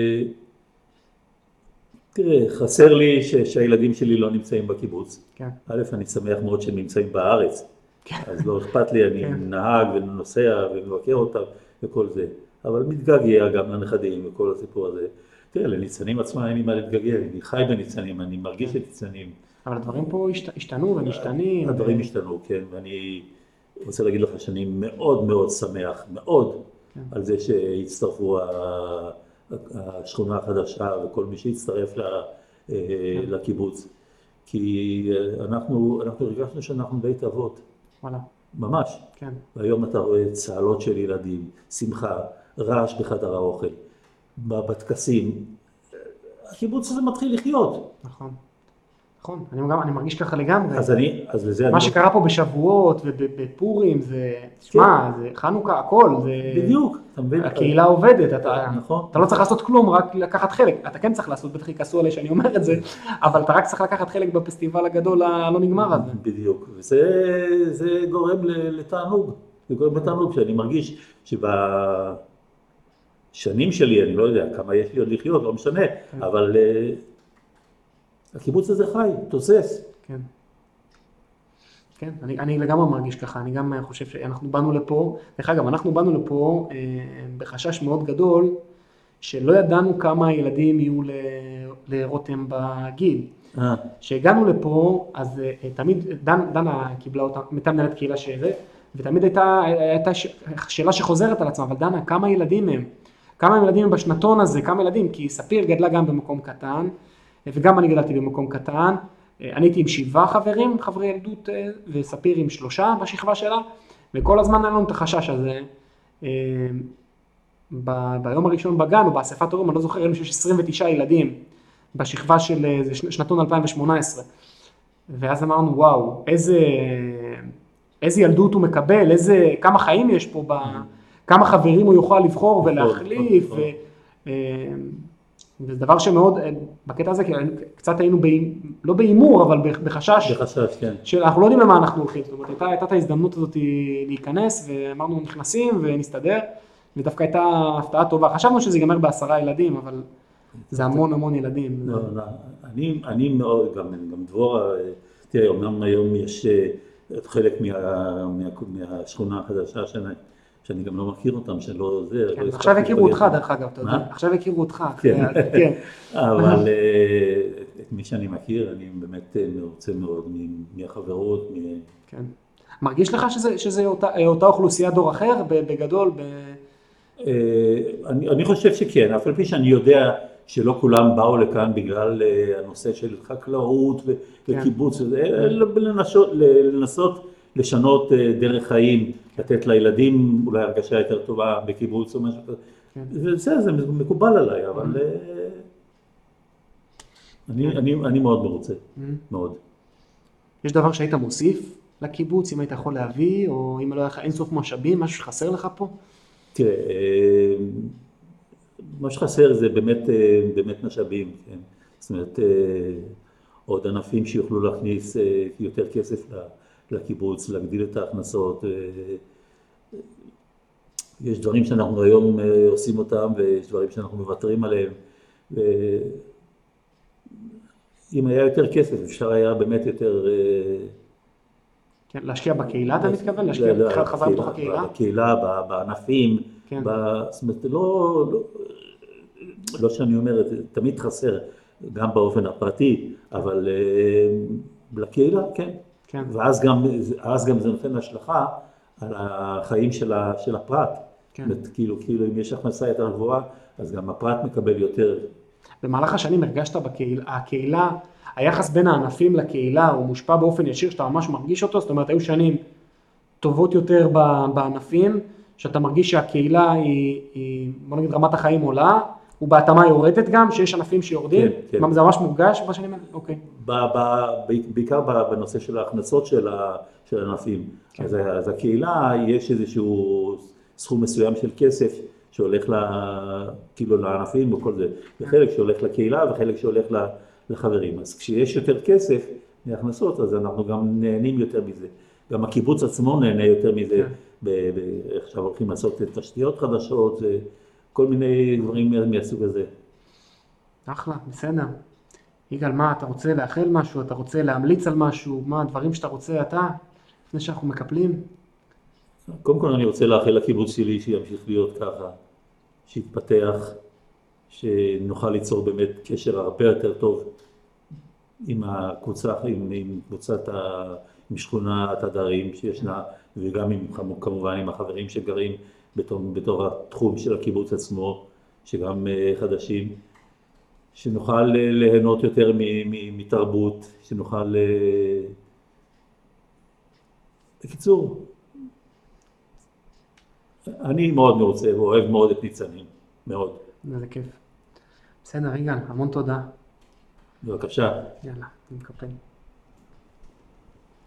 תראה, חסר לי ש, שהילדים שלי לא נמצאים בקיבוץ. כן. א', אני שמח מאוד שהם נמצאים בארץ. כן. אז לא אכפת לי, אני כן. נהג ונוסע ומבקר אותם וכל זה. אבל מתגעגע גם לנכדים וכל הסיפור הזה. תראה, לניצנים עצמם אין לי מה להתגעגע, אני חי בניצנים, אני מרגיש את ניצנים. אבל הדברים פה השתנו ומשתנים. הדברים השתנו, כן, ואני רוצה להגיד לך שאני מאוד מאוד שמח, מאוד, על זה שהצטרפו השכונה החדשה וכל מי שהצטרף לקיבוץ. כי אנחנו הרגשנו שאנחנו בית אבות. וואלה. ממש. כן. והיום אתה רואה צהלות של ילדים, שמחה, רעש בחדר האוכל. בטקסים, הקיבוץ הזה מתחיל לחיות. נכון, נכון, אני גם, אני מרגיש ככה לגמרי. אז אני, אז לזה... מה שקרה פה בשבועות ובפורים, זה, תשמע, זה חנוכה, הכל, זה... בדיוק, אתה מבין? הקהילה עובדת, אתה, נכון. אתה לא צריך לעשות כלום, רק לקחת חלק. אתה כן צריך לעשות, בטח יכעסו עליי שאני אומר את זה, אבל אתה רק צריך לקחת חלק בפסטיבל הגדול הלא נגמר הזה. בדיוק, וזה גורם לתענוג, זה גורם לתענוג, שאני מרגיש שב... שנים שלי, אני לא יודע כמה יש לי עוד לחיות, לא משנה, כן. אבל uh, הקיבוץ הזה חי, תוסס. כן. כן, אני, אני לגמרי מרגיש ככה, אני גם חושב שאנחנו באנו לפה, דרך אגב, אנחנו באנו לפה אה, בחשש מאוד גדול, שלא ידענו כמה ילדים יהיו ל, לרותם בגיל. אה. שהגענו לפה, אז אה, תמיד, דן, דנה קיבלה אותה, מתה מנהלת קהילה שזה, ותמיד הייתה, הייתה שאלה שחוזרת על עצמה, אבל דנה, כמה ילדים הם? כמה ילדים בשנתון הזה, כמה ילדים, כי ספיר גדלה גם במקום קטן, וגם אני גדלתי במקום קטן, אני הייתי עם שבעה חברים, חברי ילדות, וספיר עם שלושה בשכבה שלה, וכל הזמן היה לנו את החשש הזה. ב- ביום הראשון בגן, או באספת הורים, אני לא זוכר, ראינו שיש עשרים ותשעה ילדים, בשכבה של שנתון אלפיים ושמונה עשרה. ואז אמרנו, וואו, איזה, איזה ילדות הוא מקבל, איזה, כמה חיים יש פה, ב, כמה חברים הוא יוכל לבחור ולהחליף, ו, וזה דבר שמאוד, בקטע הזה, קצת היינו, ב, לא באימור, אבל בחשש, בחשש, כן. שאנחנו לא יודעים למה אנחנו הולכים, זאת אומרת, הייתה, הייתה את ההזדמנות הזאת להיכנס, ואמרנו נכנסים ונסתדר, ודווקא הייתה הפתעה טובה. חשבנו שזה ייגמר בעשרה ילדים, אבל זה המון המון ילדים. לא, לא, אני, אני מאוד, גם, גם דבורה, תראה, אומנם היום יש חלק מה, מה, מהשכונה החדשה שאני, שאני גם לא מכיר אותם, שלא זה. כן, לא עכשיו הכירו אותך דרך אגב, אתה יודע, עכשיו הכירו אותך. כן, כן. אבל את מי שאני מכיר, אני באמת מרוצה מאוד מהחברות. כן. מרגיש לך שזה, שזה אותה, אותה אוכלוסייה דור אחר, בגדול? ב... אני, אני חושב שכן, אף על פי שאני יודע שלא כולם באו לכאן בגלל הנושא של חקלאות ו- כן. וקיבוץ, לנסות, לנסות לשנות דרך חיים, לתת לילדים אולי הרגשה יותר טובה בקיבוץ או משהו כזה. כן. זה, זה מקובל עליי, אבל אני, אני, אני מאוד מרוצה, מאוד. יש דבר שהיית מוסיף לקיבוץ, אם היית יכול להביא, או אם לא היה לך אינסוף משאבים, משהו שחסר לך פה? תראה, מה שחסר זה באמת, באמת משאבים, כן? זאת אומרת, עוד ענפים שיוכלו להכניס יותר כסף לקיבוץ, להגדיל את ההכנסות. יש דברים שאנחנו היום עושים אותם, ויש דברים שאנחנו מוותרים עליהם. אם היה יותר כסף, אפשר היה באמת יותר... כן, להשקיע בקהילה, אתה מתכוון? להשקיע חזרה בתוך הקהילה? בקהילה, בענפים. כן. זאת אומרת, לא... לא שאני אומר, תמיד חסר, גם באופן הפרטי, אבל לקהילה, כן. כן. ואז גם, אז גם זה נותן השלכה על החיים של, ה, של הפרט. כן. כאילו, כאילו, אם יש הכנסה יותר גבוהה, אז גם הפרט מקבל יותר. במהלך השנים הרגשת בקהילה, הקהילה, היחס בין הענפים לקהילה הוא מושפע באופן ישיר, שאתה ממש מרגיש אותו, זאת אומרת, היו שנים טובות יותר בענפים, שאתה מרגיש שהקהילה היא, היא, בוא נגיד, רמת החיים עולה, ובהתאמה יורדת גם, שיש ענפים שיורדים, כן, כן. זה ממש מורגש בשנים האלה? אוקיי. ב, ב, בעיקר בנושא של ההכנסות של, ה, של הענפים. כן. אז, אז הקהילה, יש איזשהו סכום מסוים של כסף, שהולך לה, כאילו לענפים וכל זה, וחלק שהולך לקהילה וחלק שהולך לחברים. אז כשיש יותר כסף מהכנסות, אז אנחנו גם נהנים יותר מזה. גם הקיבוץ עצמו נהנה יותר מזה, כן. עכשיו הולכים לעשות תשתיות חדשות, כל מיני דברים מהסוג הזה. אחלה, בסדר. יגאל, מה, אתה רוצה לאחל משהו? אתה רוצה להמליץ על משהו? מה הדברים שאתה רוצה אתה, לפני שאנחנו מקפלים? קודם כל אני רוצה לאחל לקיבוץ שלי שימשיך להיות ככה, שיתפתח, שנוכל ליצור באמת קשר הרבה יותר טוב עם הקבוצה, עם, עם קבוצת, ה, עם שכונת הדרים שישנה, וגם עם, כמובן עם החברים שגרים בתור, בתור התחום של הקיבוץ עצמו, שגם חדשים, שנוכל ליהנות יותר מתרבות, שנוכל... בקיצור, אני מאוד מרוצה ואוהב מאוד את ניצנים, מאוד. זה כיף. בסדר, יגאל, המון תודה. בבקשה. יאללה, אני מקפל.